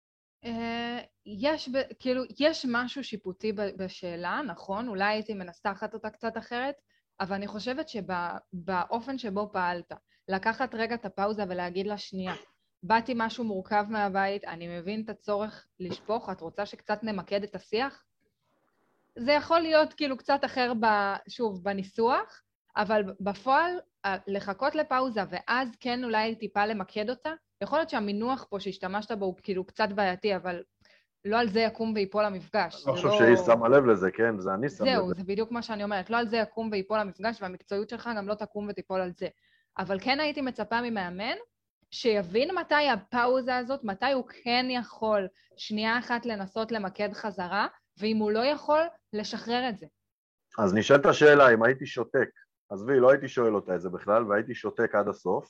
יש, כאילו, יש משהו שיפוטי בשאלה, נכון? אולי הייתי מנסחת אותה קצת אחרת, אבל אני חושבת שבאופן שבו פעלת, לקחת רגע את הפאוזה ולהגיד לה שנייה, באתי משהו מורכב מהבית, אני מבין את הצורך לשפוך, את רוצה שקצת נמקד את השיח? זה יכול להיות כאילו קצת אחר, שוב, בניסוח, אבל בפועל, לחכות לפאוזה ואז כן אולי טיפה למקד אותה, יכול להיות שהמינוח פה שהשתמשת בו הוא כאילו קצת בעייתי, אבל לא על זה יקום ויפול המפגש. אני חושב שהיא שמה לב לזה, כן, זה אני שם לב. זהו, זה בדיוק מה שאני אומרת, לא על זה יקום ויפול המפגש, והמקצועיות שלך גם לא תקום ותיפול על זה. אבל כן הייתי מצפה ממאמן, שיבין מתי הפאוזה הזאת, מתי הוא כן יכול שנייה אחת לנסות למקד חזרה, ואם הוא לא יכול, לשחרר את זה. אז נשאלת השאלה, אם הייתי שותק, עזבי, לא הייתי שואל אותה את זה בכלל, והייתי שותק עד הסוף,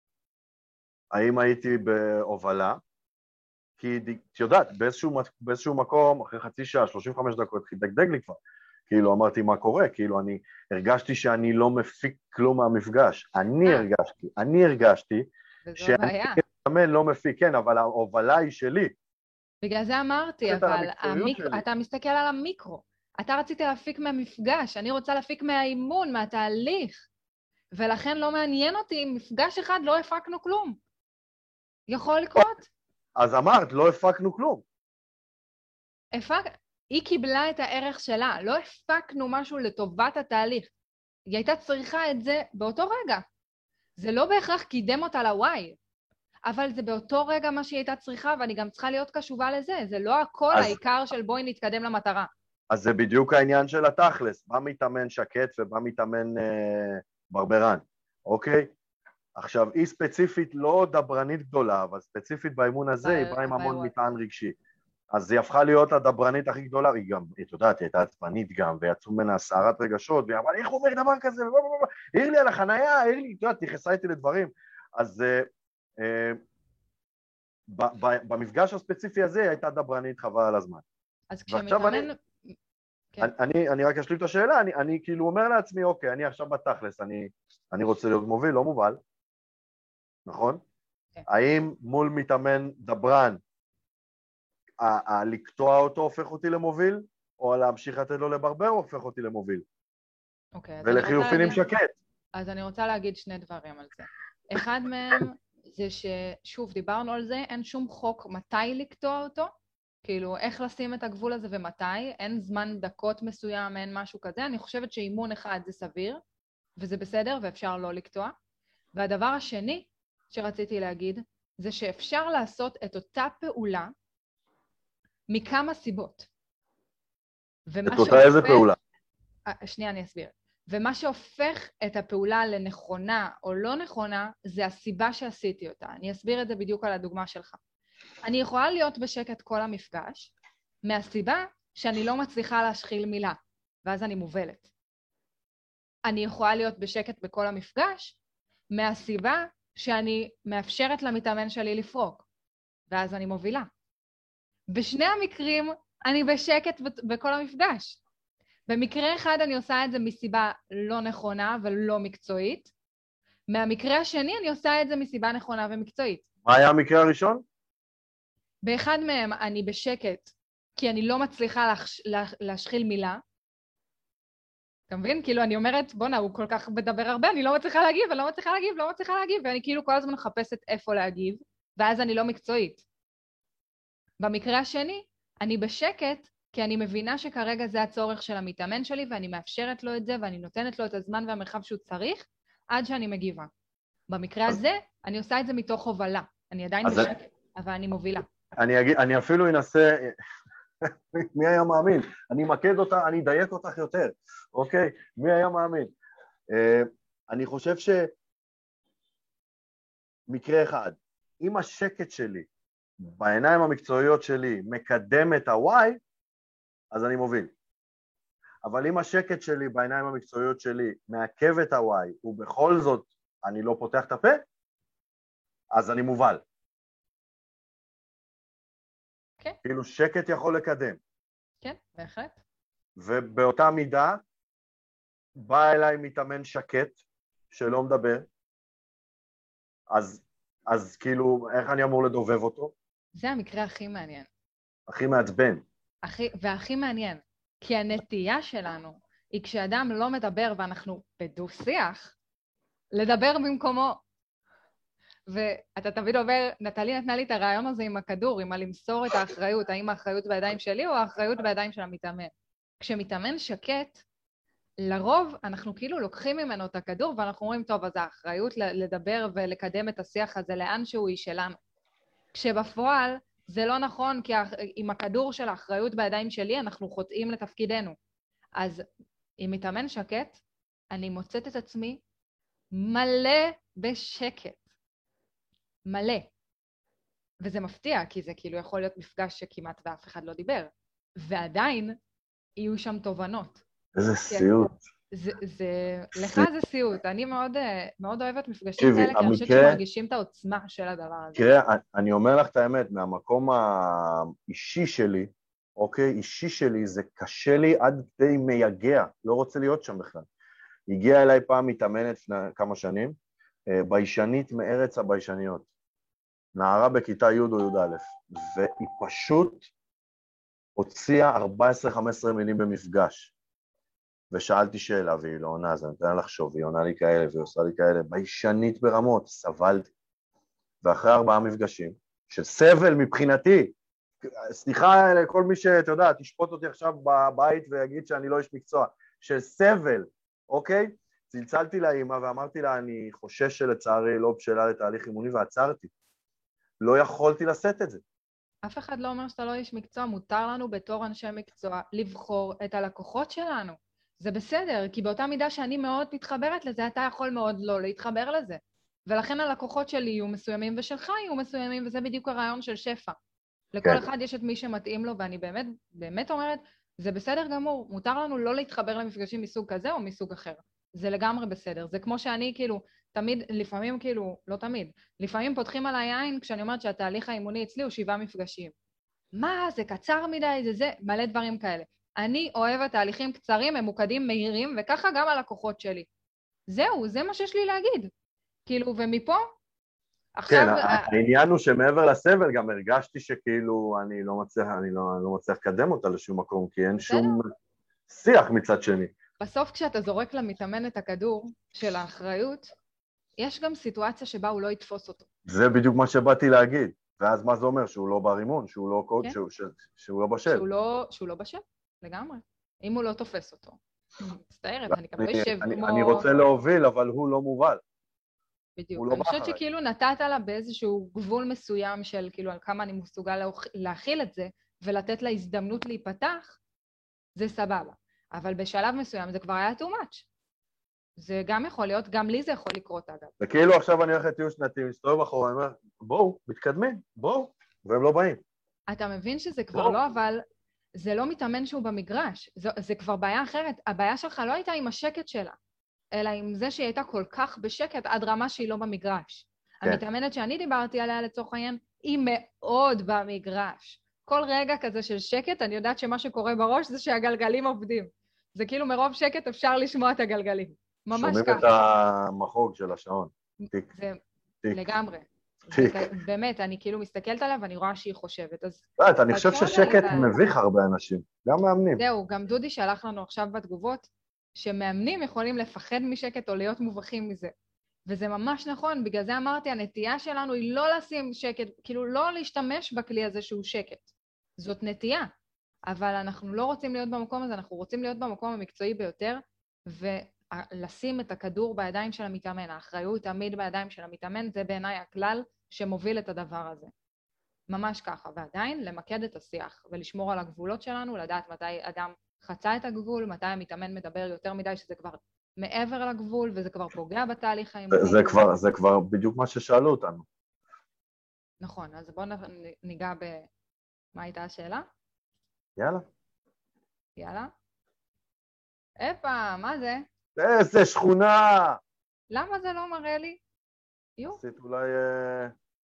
האם הייתי בהובלה? כי את יודעת, באיזשהו, באיזשהו מקום, אחרי חצי שעה, שלושים וחמש דקות, דגדג לי כבר. כאילו, אמרתי מה קורה, כאילו, אני הרגשתי שאני לא מפיק כלום מהמפגש. אני הרגשתי, אני הרגשתי, שאני כמאמן לא מפיק, כן, אבל ההובלה היא שלי. בגלל זה אמרתי, אבל המיקרו, אתה מסתכל על המיקרו. אתה רצית להפיק מהמפגש, אני רוצה להפיק מהאימון, מהתהליך. ולכן לא מעניין אותי אם מפגש אחד לא הפקנו כלום. יכול לקרות? אז אמרת, לא הפקנו כלום. הפק... היא קיבלה את הערך שלה, לא הפקנו משהו לטובת התהליך. היא הייתה צריכה את זה באותו רגע. זה לא בהכרח קידם אותה לוואי, אבל זה באותו רגע מה שהיא הייתה צריכה, ואני גם צריכה להיות קשובה לזה. זה לא הכל אז... העיקר של בואי נתקדם למטרה. אז זה בדיוק העניין של התכלס. בא מתאמן שקט ובא מתאמן אה, ברברן, אוקיי? עכשיו, היא ספציפית לא דברנית גדולה, אבל ספציפית באימון הזה היא באה עם המון מטען רגשי. אז היא הפכה להיות הדברנית הכי גדולה, היא גם, את יודעת, היא הייתה עצבנית גם, ויצאו ממנה סערת רגשות, והיא אמרה, איך הוא אומר דבר כזה? העיר לי על החנייה, העיר לי, את יודעת, תכנסה איתי לדברים. אז במפגש הספציפי הזה היא הייתה דברנית חבל על הזמן. אז כשמתאמן... אני רק אשלים את השאלה, אני כאילו אומר לעצמי, אוקיי, אני עכשיו בתכלס, אני רוצה להיות מוביל, לא מובל. נכון? Okay. האם מול מתאמן דברן, לקטוע אותו הופך אותי למוביל, או להמשיך לתת לו לברבר הופך אותי למוביל? אוקיי. Okay, ולחיופין עם שקט. אז אני רוצה להגיד שני דברים על זה. אחד מהם זה ששוב, דיברנו על זה, אין שום חוק מתי לקטוע אותו, כאילו איך לשים את הגבול הזה ומתי, אין זמן דקות מסוים, אין משהו כזה. אני חושבת שאימון אחד זה סביר, וזה בסדר, ואפשר לא לקטוע. והדבר השני, שרציתי להגיד, זה שאפשר לעשות את אותה פעולה מכמה סיבות. את אותה איזה פעולה? שנייה, אני אסביר. ומה שהופך את הפעולה לנכונה או לא נכונה, זה הסיבה שעשיתי אותה. אני אסביר את זה בדיוק על הדוגמה שלך. אני יכולה להיות בשקט כל המפגש, מהסיבה שאני לא מצליחה להשחיל מילה, ואז אני מובלת. אני יכולה להיות בשקט בכל המפגש, מהסיבה שאני מאפשרת למתאמן שלי לפרוק, ואז אני מובילה. בשני המקרים אני בשקט בכל המפגש. במקרה אחד אני עושה את זה מסיבה לא נכונה ולא מקצועית, מהמקרה השני אני עושה את זה מסיבה נכונה ומקצועית. מה היה המקרה הראשון? באחד מהם אני בשקט, כי אני לא מצליחה להש... להשחיל מילה, אתה מבין? כאילו אני אומרת, בונה, הוא כל כך מדבר הרבה, אני לא מצליחה להגיב, אני לא מצליחה להגיב, לא מצליחה להגיב, ואני כאילו כל הזמן מחפשת איפה להגיב, ואז אני לא מקצועית. במקרה השני, אני בשקט, כי אני מבינה שכרגע זה הצורך של המתאמן שלי, ואני מאפשרת לו את זה, ואני נותנת לו את הזמן והמרחב שהוא צריך, עד שאני מגיבה. במקרה הזה, אני עושה את זה מתוך הובלה. אני עדיין בשקט, אבל אני מובילה. אני, אגיד, אני אפילו אנסה... מי היה מאמין? אני אמקד אותה, אני אדייק אותך יותר, אוקיי? מי היה מאמין? אני חושב שמקרה אחד, אם השקט שלי בעיניים המקצועיות שלי מקדם את ה-Y, אז אני מוביל. אבל אם השקט שלי בעיניים המקצועיות שלי מעכב את ה-Y, ובכל זאת אני לא פותח את הפה, אז אני מובל. כן. כאילו שקט יכול לקדם. כן, בהחלט. ובאותה מידה, בא אליי מתאמן שקט, שלא מדבר, אז, אז כאילו, איך אני אמור לדובב אותו? זה המקרה הכי מעניין. הכי מעצבן. הכי, והכי מעניין, כי הנטייה שלנו היא כשאדם לא מדבר ואנחנו בדו-שיח, לדבר במקומו. ואתה תמיד אומר, נטלי נתנה לי את הרעיון הזה עם הכדור, עם הלמסור את האחריות, האם האחריות בידיים שלי או האחריות בידיים של המתאמן. כשמתאמן שקט, לרוב אנחנו כאילו לוקחים ממנו את הכדור ואנחנו אומרים, טוב, אז האחריות לדבר ולקדם את השיח הזה לאן שהוא היא שלנו. כשבפועל זה לא נכון, כי עם הכדור של האחריות בידיים שלי אנחנו חוטאים לתפקידנו. אז אם מתאמן שקט, אני מוצאת את עצמי מלא בשקט. מלא. וזה מפתיע, כי זה כאילו יכול להיות מפגש שכמעט ואף אחד לא דיבר. ועדיין יהיו שם תובנות. איזה סיוט. זה, זה, לך זה סיוט. אני מאוד, מאוד אוהבת מפגשים תראי, כאלה, כי המקרה, אני חושבת שמרגישים את העוצמה של הדבר הזה. תראה, אני אומר לך את האמת, מהמקום האישי שלי, אוקיי, אישי שלי, זה קשה לי עד די מייגע, לא רוצה להיות שם בכלל. הגיעה אליי פעם מתאמנת לפני כמה שנים, ביישנית מארץ הביישניות, נערה בכיתה י' או י' א', והיא פשוט הוציאה ארבע עשרה חמש עשרה מילים במפגש, ושאלתי שאלה והיא לא עונה, אז אני נתן לה לחשוב, והיא עונה לי כאלה והיא עושה לי כאלה, ביישנית ברמות, סבלתי. ואחרי ארבעה מפגשים, של סבל מבחינתי, סליחה לכל מי שאתה יודע, תשפוט אותי עכשיו בבית ויגיד שאני לא איש מקצוע, של סבל, אוקיי? צלצלתי לאמא ואמרתי לה, אני חושש שלצערי לא בשלה לתהליך אימוני, ועצרתי. לא יכולתי לשאת את זה. אף אחד לא אומר שאתה לא איש מקצוע, מותר לנו בתור אנשי מקצוע לבחור את הלקוחות שלנו. זה בסדר, כי באותה מידה שאני מאוד מתחברת לזה, אתה יכול מאוד לא להתחבר לזה. ולכן הלקוחות שלי יהיו מסוימים ושלך יהיו מסוימים, וזה בדיוק הרעיון של שפע. לכל כן. אחד יש את מי שמתאים לו, ואני באמת, באמת אומרת, זה בסדר גמור, מותר לנו לא להתחבר למפגשים מסוג כזה או מסוג אחר. זה לגמרי בסדר. זה כמו שאני כאילו, תמיד, לפעמים כאילו, לא תמיד, לפעמים פותחים על היין כשאני אומרת שהתהליך האימוני אצלי הוא שבעה מפגשים. מה, זה קצר מדי, זה זה, מלא דברים כאלה. אני אוהבת תהליכים קצרים, ממוקדים, מהירים, וככה גם הלקוחות שלי. זהו, זה מה שיש לי להגיד. כאילו, ומפה, עכשיו... כן, העניין הוא שמעבר לסבל גם הרגשתי שכאילו אני לא מצליח, אני לא, אני לא מצליח לקדם אותה לשום מקום, כי אין שום שיח מצד שני. בסוף כשאתה זורק למתאמן את הכדור של האחריות, יש גם סיטואציה שבה הוא לא יתפוס אותו. זה בדיוק מה שבאתי להגיד. ואז מה זה אומר? שהוא לא ברימון, שהוא לא קוד, כן? שהוא, שהוא, שהוא לא בשל. שהוא לא, שהוא לא בשל, לגמרי. אם הוא לא תופס אותו. מצטערת, אני כמה יושב כמו... אני רוצה להוביל, אבל הוא לא מובל. בדיוק. אני חושבת שכאילו נתת לה באיזשהו גבול מסוים של כאילו על כמה אני מסוגל להכיל את זה, ולתת לה הזדמנות להיפתח, זה סבבה. אבל בשלב מסוים זה כבר היה too much. זה גם יכול להיות, גם לי זה יכול לקרות אגב. וכאילו עכשיו אני הולך לטיול שנתי, מסתובב אחורה, אני אומר, בואו, מתקדמים, בואו, והם לא באים. אתה מבין שזה כבר בוא. לא, אבל זה לא מתאמן שהוא במגרש, זה, זה כבר בעיה אחרת. הבעיה שלך לא הייתה עם השקט שלה, אלא עם זה שהיא הייתה כל כך בשקט עד רמה שהיא לא במגרש. כן. המתאמנת שאני דיברתי עליה לצורך העניין, היא מאוד במגרש. כל רגע כזה של שקט, אני יודעת שמה שקורה בראש זה שהגלגלים עובדים. זה כאילו מרוב שקט אפשר לשמוע את הגלגלים. ממש ככה. שומעים את המחוג של השעון. טיק, זה טיק. לגמרי. טיק. זה, באמת, אני כאילו מסתכלת עליו ואני רואה שהיא חושבת. אז... באמת, אני חושב ששקט מביך הרבה אנשים, גם מאמנים. זהו, גם דודי שלח לנו עכשיו בתגובות, שמאמנים יכולים לפחד משקט או להיות מובכים מזה. וזה ממש נכון, בגלל זה אמרתי, הנטייה שלנו היא לא לשים שקט, כאילו לא להשתמש בכלי הזה שהוא שקט. זאת נטייה. אבל אנחנו לא רוצים להיות במקום הזה, אנחנו רוצים להיות במקום המקצועי ביותר, ולשים את הכדור בידיים של המתאמן. האחריות תמיד בידיים של המתאמן, זה בעיניי הכלל שמוביל את הדבר הזה. ממש ככה, ועדיין למקד את השיח, ולשמור על הגבולות שלנו, לדעת מתי אדם חצה את הגבול, מתי המתאמן מדבר יותר מדי, שזה כבר מעבר לגבול, וזה כבר פוגע בתהליך האימוני. זה, זה, כבר, זה כבר בדיוק מה ששאלו אותנו. נכון, אז בואו ניגע ב... מה הייתה השאלה? יאללה. יאללה. איפה, מה זה? איזה שכונה! למה זה לא מראה לי? יו. עשית אולי... אה...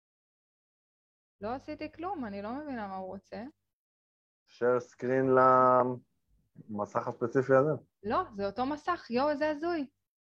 לא עשיתי כלום, אני לא מבינה מה הוא רוצה. share screen למסך הספציפי הזה. לא, זה אותו מסך, יו, איזה הזוי.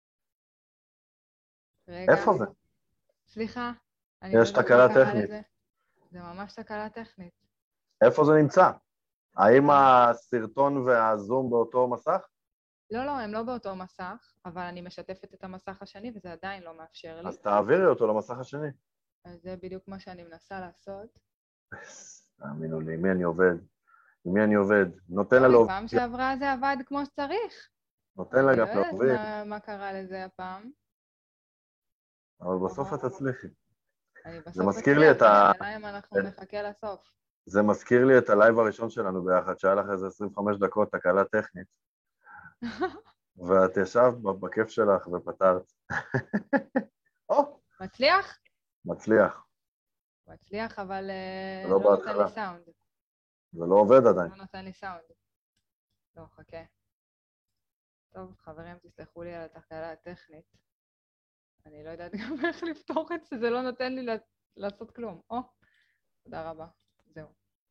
רגע. איפה זה? סליחה. יש תקלה טכנית. זה. זה ממש תקלה טכנית. איפה זה נמצא? האם הסרטון והזום באותו מסך? לא, לא, הם לא באותו מסך, אבל אני משתפת את המסך השני וזה עדיין לא מאפשר לי. אז תעבירי אותו למסך השני. אז זה בדיוק מה שאני מנסה לעשות. תאמינו לי, עם מי אני עובד? עם מי אני עובד? נותן לה להוביל. פעם שעברה זה עבד כמו שצריך. נותן לה גם להוביל. אני לא יודעת מה קרה לזה הפעם. אבל בסוף את תצליחי. זה מזכיר לי את ה... השאלה אם אנחנו נחכה לסוף. זה מזכיר לי את הלייב הראשון שלנו ביחד, שהיה לך איזה עשרים וחמש דקות תקלה טכנית. ואת ישבת בכיף שלך ופתרת. מצליח? מצליח. מצליח, אבל לא נותן לי סאונד. זה לא עובד עדיין. לא נותן לי סאונד. לא, חכה. טוב, חברים, תסלחו לי על התקלה הטכנית. אני לא יודעת גם איך לפתור את זה, זה לא נותן לי לעשות כלום. או, תודה רבה. זהו.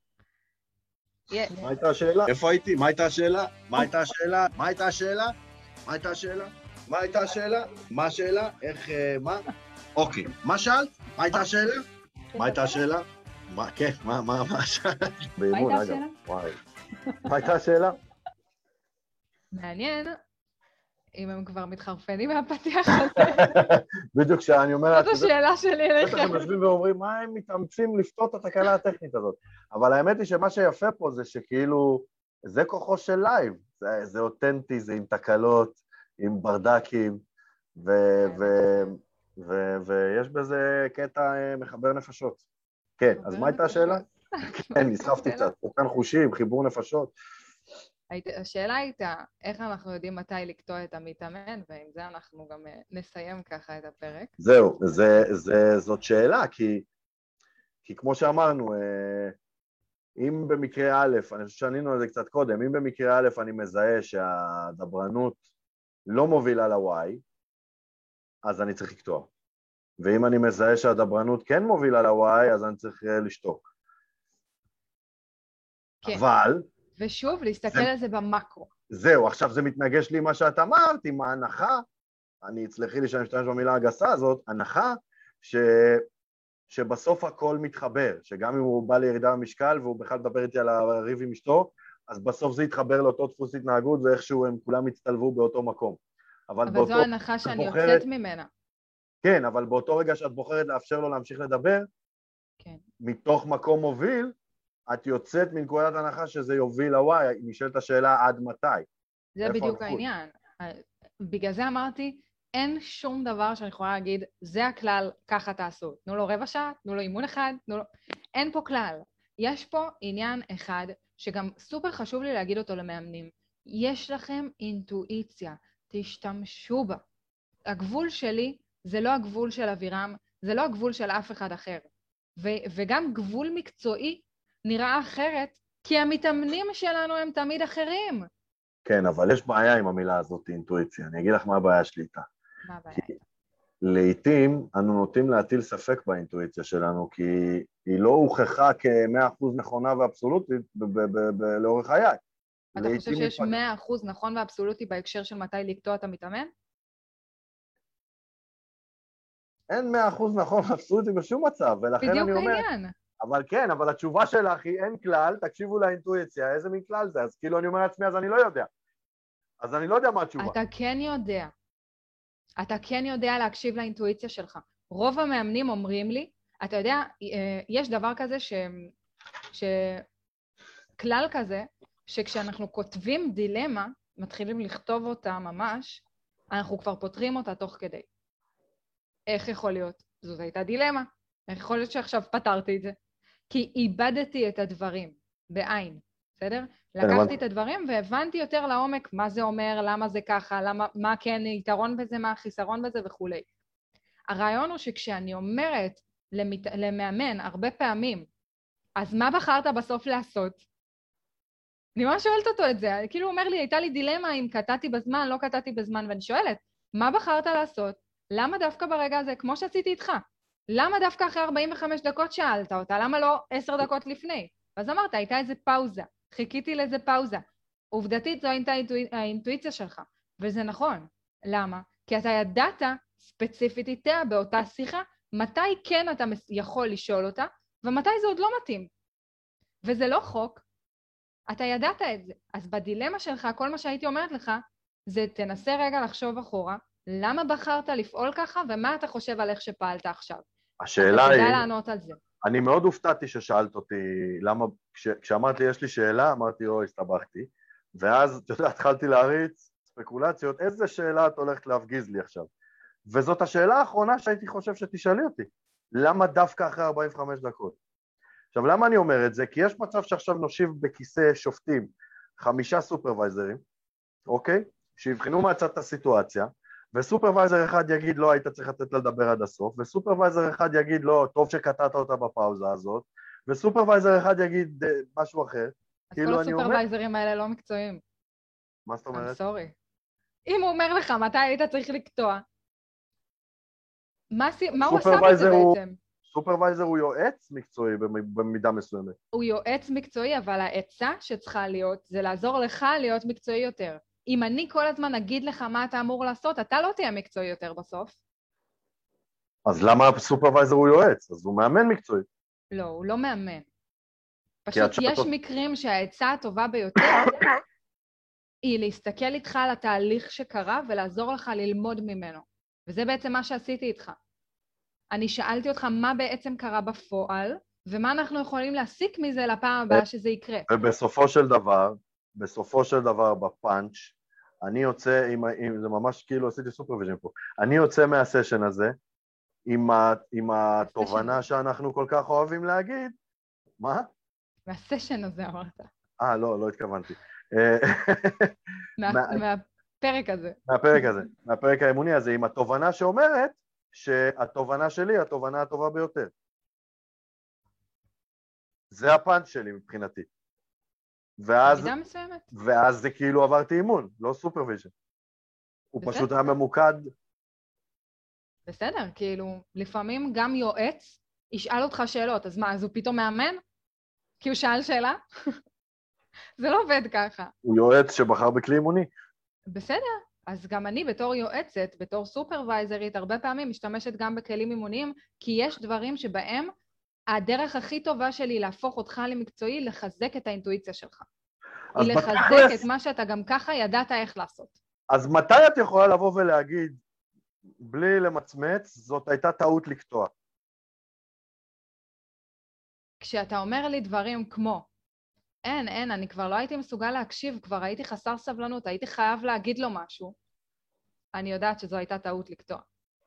מה הייתה השאלה? איפה הייתי? מה הייתה השאלה? מה הייתה השאלה? מה הייתה השאלה? מה הייתה השאלה? מה הייתה השאלה? מה השאלה? איך, מה? אוקיי. מה שאלת? מה הייתה השאלה? מה הייתה השאלה? מה, כן, מה, מה, מה שאלת? באימון, אגב. וואי. מה הייתה השאלה? מעניין. אם הם כבר מתחרפנים מהפתיח הזה. בדיוק שאני אומר... זאת השאלה שלי אליכם. בטח הם יושבים ואומרים, מה הם מתאמצים לפתור את התקלה הטכנית הזאת? אבל האמת היא שמה שיפה פה זה שכאילו, זה כוחו של לייב, זה, זה אותנטי, זה עם תקלות, עם ברדקים, ו, ו, ו, ויש בזה קטע מחבר נפשות. כן, אז מה הייתה השאלה? כן, נסחפתי קצת, אותן חושים, חיבור נפשות. השאלה הייתה, איך אנחנו יודעים מתי לקטוע את המתאמן, ועם זה אנחנו גם נסיים ככה את הפרק. זהו, זה, זה, זאת שאלה, כי, כי כמו שאמרנו, אם במקרה א', אני חושב שענינו על זה קצת קודם, אם במקרה א' אני מזהה שהדברנות לא מובילה ל-Y, אז אני צריך לקטוע. ואם אני מזהה שהדברנות כן מובילה ל-Y, אז אני צריך לשתוק. כן. אבל... ושוב, להסתכל זה... על זה במקרו. זהו, עכשיו זה מתנגש לי מה שאת אמרת, עם ההנחה, אני אצלחי לי שאני משתמש במילה הגסה הזאת, הנחה ש... שבסוף הכל מתחבר, שגם אם הוא בא לירידה במשקל והוא בכלל מדבר איתי על הריב עם אשתו, אז בסוף זה יתחבר לאותו דפוס התנהגות ואיכשהו הם כולם יצטלבו באותו מקום. אבל, אבל באותו... זו ההנחה שאני בוחרת... יוצאת ממנה. כן, אבל באותו רגע שאת בוחרת לאפשר לו להמשיך לדבר, כן. מתוך מקום מוביל, את יוצאת מנקודת הנחה שזה יוביל ל-Y, נשאלת השאלה עד מתי. זה בדיוק העניין. בגלל זה אמרתי, אין שום דבר שאני יכולה להגיד, זה הכלל, ככה תעשו. תנו לו רבע שעה, תנו לו אימון אחד, תנו לו... אין פה כלל. יש פה עניין אחד, שגם סופר חשוב לי להגיד אותו למאמנים. יש לכם אינטואיציה, תשתמשו בה. הגבול שלי זה לא הגבול של אבירם, זה לא הגבול של אף אחד אחר. ו- וגם גבול מקצועי נראה אחרת, כי המתאמנים שלנו הם תמיד אחרים. כן, אבל יש בעיה עם המילה הזאת, אינטואיציה. אני אגיד לך מה הבעיה שלי איתה. מה הבעיה? לעתים אנו נוטים להטיל ספק באינטואיציה שלנו, כי היא לא הוכחה כ-מאה אחוז נכונה ואבסולוטית לאורך חיי. אתה חושב שיש מאה אחוז נכון ואבסולוטי בהקשר של מתי לקטוע את המתאמן? אין מאה אחוז נכון ואבסולוטי בשום מצב, ולכן אני אומר... בדיוק העניין. אבל כן, אבל התשובה שלך היא אין כלל, תקשיבו לאינטואיציה, איזה מין כלל זה? אז כאילו אני אומר לעצמי, אז אני לא יודע. אז אני לא יודע מה התשובה. אתה כן יודע. אתה כן יודע להקשיב לאינטואיציה שלך. רוב המאמנים אומרים לי, אתה יודע, יש דבר כזה ש... ש... כלל כזה, שכשאנחנו כותבים דילמה, מתחילים לכתוב אותה ממש, אנחנו כבר פותרים אותה תוך כדי. איך יכול להיות? זאת הייתה דילמה. איך יכול להיות שעכשיו פתרתי את זה? כי איבדתי את הדברים בעין, בסדר? לקחתי את הדברים והבנתי יותר לעומק מה זה אומר, למה זה ככה, למה, מה כן יתרון בזה, מה החיסרון בזה וכולי. הרעיון הוא שכשאני אומרת למת... למאמן הרבה פעמים, אז מה בחרת בסוף לעשות? אני ממש שואלת אותו את זה, כאילו הוא אומר לי, הייתה לי דילמה אם קטעתי בזמן, לא קטעתי בזמן, ואני שואלת, מה בחרת לעשות? למה דווקא ברגע הזה, כמו שעשיתי איתך? למה דווקא אחרי ארבעים וחמש דקות שאלת אותה? למה לא עשר דקות לפני? ואז אמרת, הייתה איזה פאוזה, חיכיתי לאיזה פאוזה. עובדתית זו הייתה האינטואיציה שלך, וזה נכון. למה? כי אתה ידעת ספציפית איתה באותה שיחה, מתי כן אתה יכול לשאול אותה, ומתי זה עוד לא מתאים. וזה לא חוק, אתה ידעת את זה. אז בדילמה שלך, כל מה שהייתי אומרת לך, זה תנסה רגע לחשוב אחורה, למה בחרת לפעול ככה, ומה אתה חושב על איך שפעלת עכשיו. השאלה היא... אתה תדע לענות על זה. אני מאוד הופתעתי ששאלת אותי, למה, כש, כשאמרת לי יש לי שאלה, אמרתי, אוי, הסתבכתי, ואז, אתה יודע, התחלתי להריץ ספקולציות, איזה שאלה את הולכת להפגיז לי עכשיו? וזאת השאלה האחרונה שהייתי חושב שתשאלי אותי, למה דווקא אחרי ארבעים וחמש דקות? עכשיו, למה אני אומר את זה? כי יש מצב שעכשיו נושיב בכיסא שופטים חמישה סופרוויזרים, אוקיי? שיבחנו מהצד את הסיטואציה, וסופרוויזר אחד יגיד, לא, היית צריך לתת לה לדבר עד הסוף, וסופרוויזר אחד יגיד, לא, טוב שקטעת אותה בפאוזה הזאת, וסופרוויזר אחד יגיד משהו אחר. אז כאילו כל הסופרוויזרים אומר... האלה לא מקצועיים. מה זאת אומרת? I'm sorry. אם הוא אומר לך, מתי היית צריך לקטוע? מה, מה הוא עשה בזה הוא... בעצם? סופרוויזר הוא יועץ מקצועי במידה מסוימת. הוא יועץ מקצועי, אבל העצה שצריכה להיות, זה לעזור לך להיות מקצועי יותר. אם אני כל הזמן אגיד לך מה אתה אמור לעשות, אתה לא תהיה מקצועי יותר בסוף. אז למה הסופרוויזר הוא יועץ? אז הוא מאמן מקצועי. לא, הוא לא מאמן. פשוט יש אותו... מקרים שהעצה הטובה ביותר היא להסתכל איתך על התהליך שקרה ולעזור לך ללמוד ממנו. וזה בעצם מה שעשיתי איתך. אני שאלתי אותך מה בעצם קרה בפועל, ומה אנחנו יכולים להסיק מזה לפעם הבאה שזה יקרה. ובסופו של דבר, בסופו של דבר בפאנץ', אני יוצא, עם, עם, זה ממש כאילו עשיתי סופרוויז'ן פה, אני יוצא מהסשן הזה, עם, ה, עם התובנה שאנחנו כל כך אוהבים להגיד, מה? מהסשן הזה אמרת. אה, לא, לא התכוונתי. מה, מהפרק הזה. מהפרק הזה, מהפרק האמוני הזה, עם התובנה שאומרת, שהתובנה שלי היא התובנה הטובה ביותר. זה הפאנץ' שלי מבחינתי. ואז, ואז זה כאילו עברתי אימון, לא סופרוויז'ן. הוא בסדר. פשוט היה ממוקד. בסדר, כאילו, לפעמים גם יועץ ישאל אותך שאלות, אז מה, אז הוא פתאום מאמן? כי הוא שאל שאלה? זה לא עובד ככה. הוא יועץ שבחר בכלי אימוני. בסדר, אז גם אני בתור יועצת, בתור סופרוויזרית, הרבה פעמים משתמשת גם בכלים אימוניים, כי יש דברים שבהם הדרך הכי טובה שלי להפוך אותך למקצועי, לחזק את האינטואיציה שלך. היא לחזק את מה שאתה גם ככה ידעת איך לעשות. אז מתי את יכולה לבוא ולהגיד, בלי למצמץ, זאת הייתה טעות לקטוע? כשאתה אומר לי דברים כמו, אין, אין, אני כבר לא הייתי מסוגל להקשיב, כבר הייתי חסר סבלנות, הייתי חייב להגיד לו משהו, אני יודעת שזו הייתה טעות לקטוע.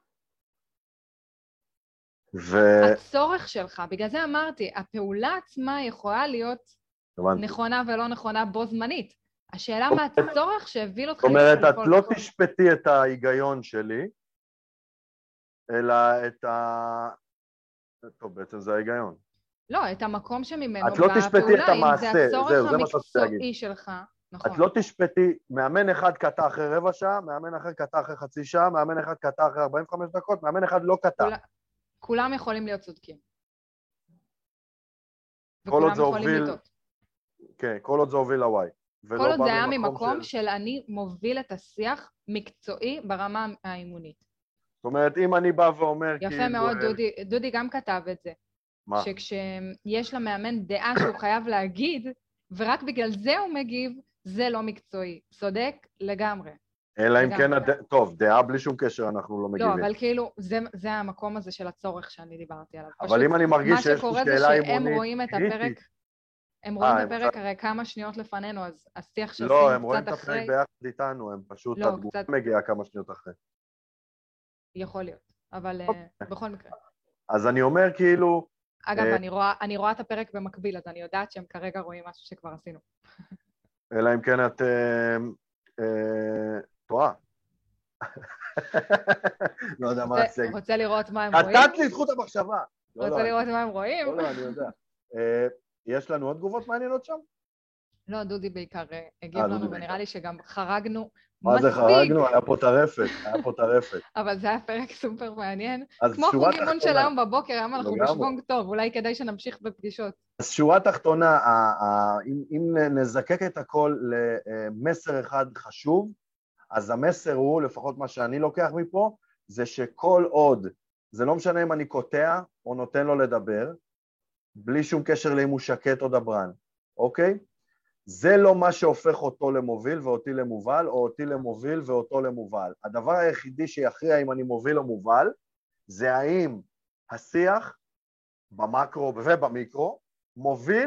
ו... הצורך שלך, בגלל זה אמרתי, הפעולה עצמה יכולה להיות נכונה ולא נכונה בו זמנית. השאלה מה הצורך שהביא אותך... זאת אומרת, את לא תשפטי את ההיגיון שלי, אלא את ה... טוב, בעצם זה ההיגיון. לא, את המקום שממנו את לא תשפטי את המעשה, אם זה הצורך המקצועי שלך. נכון. את לא תשפטי, מאמן אחד קטע אחרי רבע שעה, מאמן אחר קטע אחרי חצי שעה, מאמן אחד קטע אחרי ארבעים וחמש דקות, מאמן אחד לא קטע. כול... כולם יכולים להיות צודקים. וכולם יכולים לטעות. כן, כל עוד זה הוביל לוואי. כל עוד זה היה ממקום של... של אני מוביל את השיח מקצועי ברמה האימונית. זאת אומרת, אם אני בא ואומר... יפה כאילו... מאוד, דודי, דודי גם כתב את זה. מה? שכשיש למאמן דעה שהוא חייב להגיד, ורק בגלל זה הוא מגיב, זה לא מקצועי. צודק לגמרי. אלא אם כן, הד... טוב, דעה בלי שום קשר אנחנו לא מגיבים. לא, אבל כאילו, זה, זה המקום הזה של הצורך שאני דיברתי עליו. אבל פשוט, אם אני מרגיש שיש לי שאלה אימונית קריטית... מה שקורה זה שהם רואים את הפרק, הם רואים את הפרק הרי כמה שניות לפנינו, אז השיח שעושים קצת אחרי... לא, הם רואים את הפרק ביחד איתנו, הם פשוט, לא, התגובה קצת... מגיעה כמה שניות אחרי. יכול להיות, אבל uh, בכל מקרה. אז אני אומר כאילו... אגב, אני רואה, אני רואה את הפרק במקביל, אז אני יודעת שהם כרגע רואים משהו שכבר עשינו. אלא אם כן את טועה. לא יודע מה להשיג. רוצה לראות מה הם רואים? נתת לי זכות המחשבה. רוצה לראות מה הם רואים? לא, לא, אני יודע. יש לנו עוד תגובות מעניינות שם? לא, דודי בעיקר הגיב לנו, ונראה לי שגם חרגנו מה זה חרגנו? היה פה טרפת, היה פה טרפת. אבל זה היה פרק סופר מעניין. כמו חוג אימון של היום בבוקר, היום אנחנו בשוונג טוב, אולי כדאי שנמשיך בפגישות. אז שורה תחתונה, אם נזקק את הכל למסר אחד חשוב, אז המסר הוא, לפחות מה שאני לוקח מפה, זה שכל עוד, זה לא משנה אם אני קוטע או נותן לו לדבר, בלי שום קשר לאם הוא שקט או דברן, אוקיי? זה לא מה שהופך אותו למוביל ואותי למובל, או אותי למוביל ואותו למובל. הדבר היחידי שיכריע אם אני מוביל או מובל, זה האם השיח במקרו ובמיקרו מוביל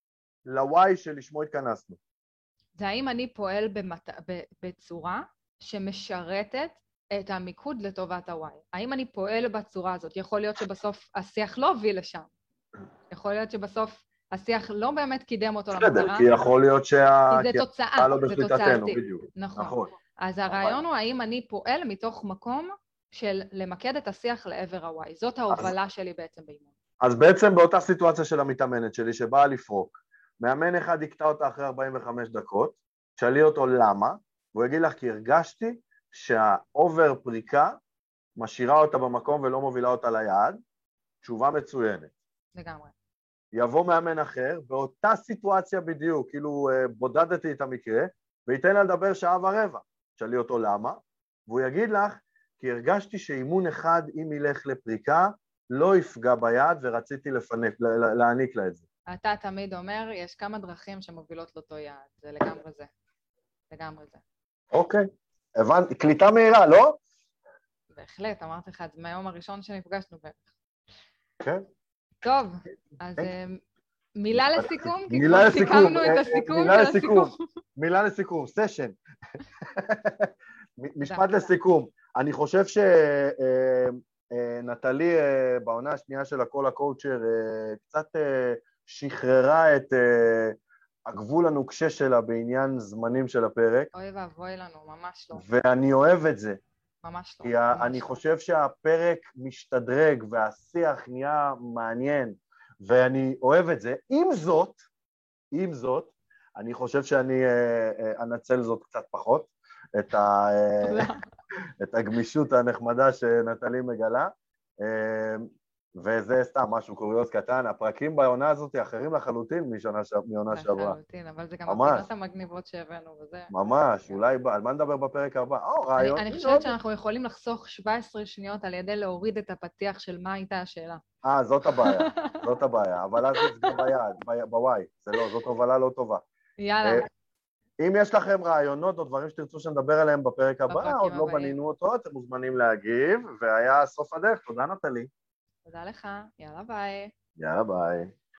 ל-Y שלשמו התכנסנו. זה האם אני פועל במת... בצורה שמשרתת את המיקוד לטובת ה-Y. האם אני פועל בצורה הזאת? יכול להיות שבסוף השיח לא הוביל לשם. יכול להיות שבסוף השיח לא באמת קידם אותו למטרה. בסדר, כי יכול להיות שה... כי זה תוצאה, לא זה תוצאתי. בדיוק. נכון. נכון. אז הרעיון הוא האם אני פועל מתוך מקום של למקד את השיח לעבר ה-Y. זאת ההובלה אז... שלי בעצם באימון. אז בעצם באותה סיטואציה של המתאמנת שלי, שבאה לפרוק, מאמן אחד יקטע אותה אחרי ארבעים וחמש דקות, תשאלי אותו למה, והוא יגיד לך כי הרגשתי שהאובר פריקה משאירה אותה במקום ולא מובילה אותה ליעד, תשובה מצוינת. לגמרי. יבוא מאמן אחר, באותה סיטואציה בדיוק, כאילו בודדתי את המקרה, וייתן לה לדבר שעה ורבע. תשאלי אותו למה, והוא יגיד לך, כי הרגשתי שאימון אחד, אם ילך לפריקה, לא יפגע ביד, ורציתי לפנק, להעניק לה את זה. אתה תמיד אומר, יש כמה דרכים שמובילות לאותו יעד, זה לגמרי זה. לגמרי זה. אוקיי, הבנתי, קליטה מהירה, לא? בהחלט, אמרתי לך, זה מהיום הראשון שנפגשנו בערך. כן. טוב, אז מילה לסיכום, כי מילה כבר לסיכום, סיכמנו את הסיכום מילה של לסיכום, הסיכום. מילה לסיכום, סשן. משפט לסיכום. אני חושב שנטלי בעונה השנייה של הקול הקואוצ'ר קצת שחררה את הגבול הנוקשה שלה בעניין זמנים של הפרק. אוי ואבוי לנו, ממש לא. ואני אוהב את זה. ממש לא. כי אני חושב שהפרק משתדרג והשיח נהיה מעניין, ואני אוהב את זה. עם זאת, עם זאת, אני חושב שאני אנצל זאת קצת פחות, את, ה... את הגמישות הנחמדה שנטלי מגלה, וזה סתם משהו קוריוז קטן. הפרקים בעונה הזאת אחרים לחלוטין מעונה שעברה. לחלוטין, אבל זה גם הפינות המגניבות שהבאנו, וזה... ממש, אולי, על מה נדבר בפרק הבא? או, רעיון. אני חושבת שאנחנו יכולים לחסוך שבע עשרה שניות על ידי להוריד את הפתיח של מה הייתה השאלה. אה, זאת הבעיה, זאת הבעיה, אבל אז זה גם ביד, בוואי, זה לא, זאת הובלה לא טובה. יאללה. אם יש לכם רעיונות או דברים שתרצו שנדבר עליהם בפרק הבא, עוד לא בנינו אותו, אתם מוזמנים להגיב, והיה סוף הדרך. תודה נטלי. תודה לך, יאללה ביי. יאללה ביי.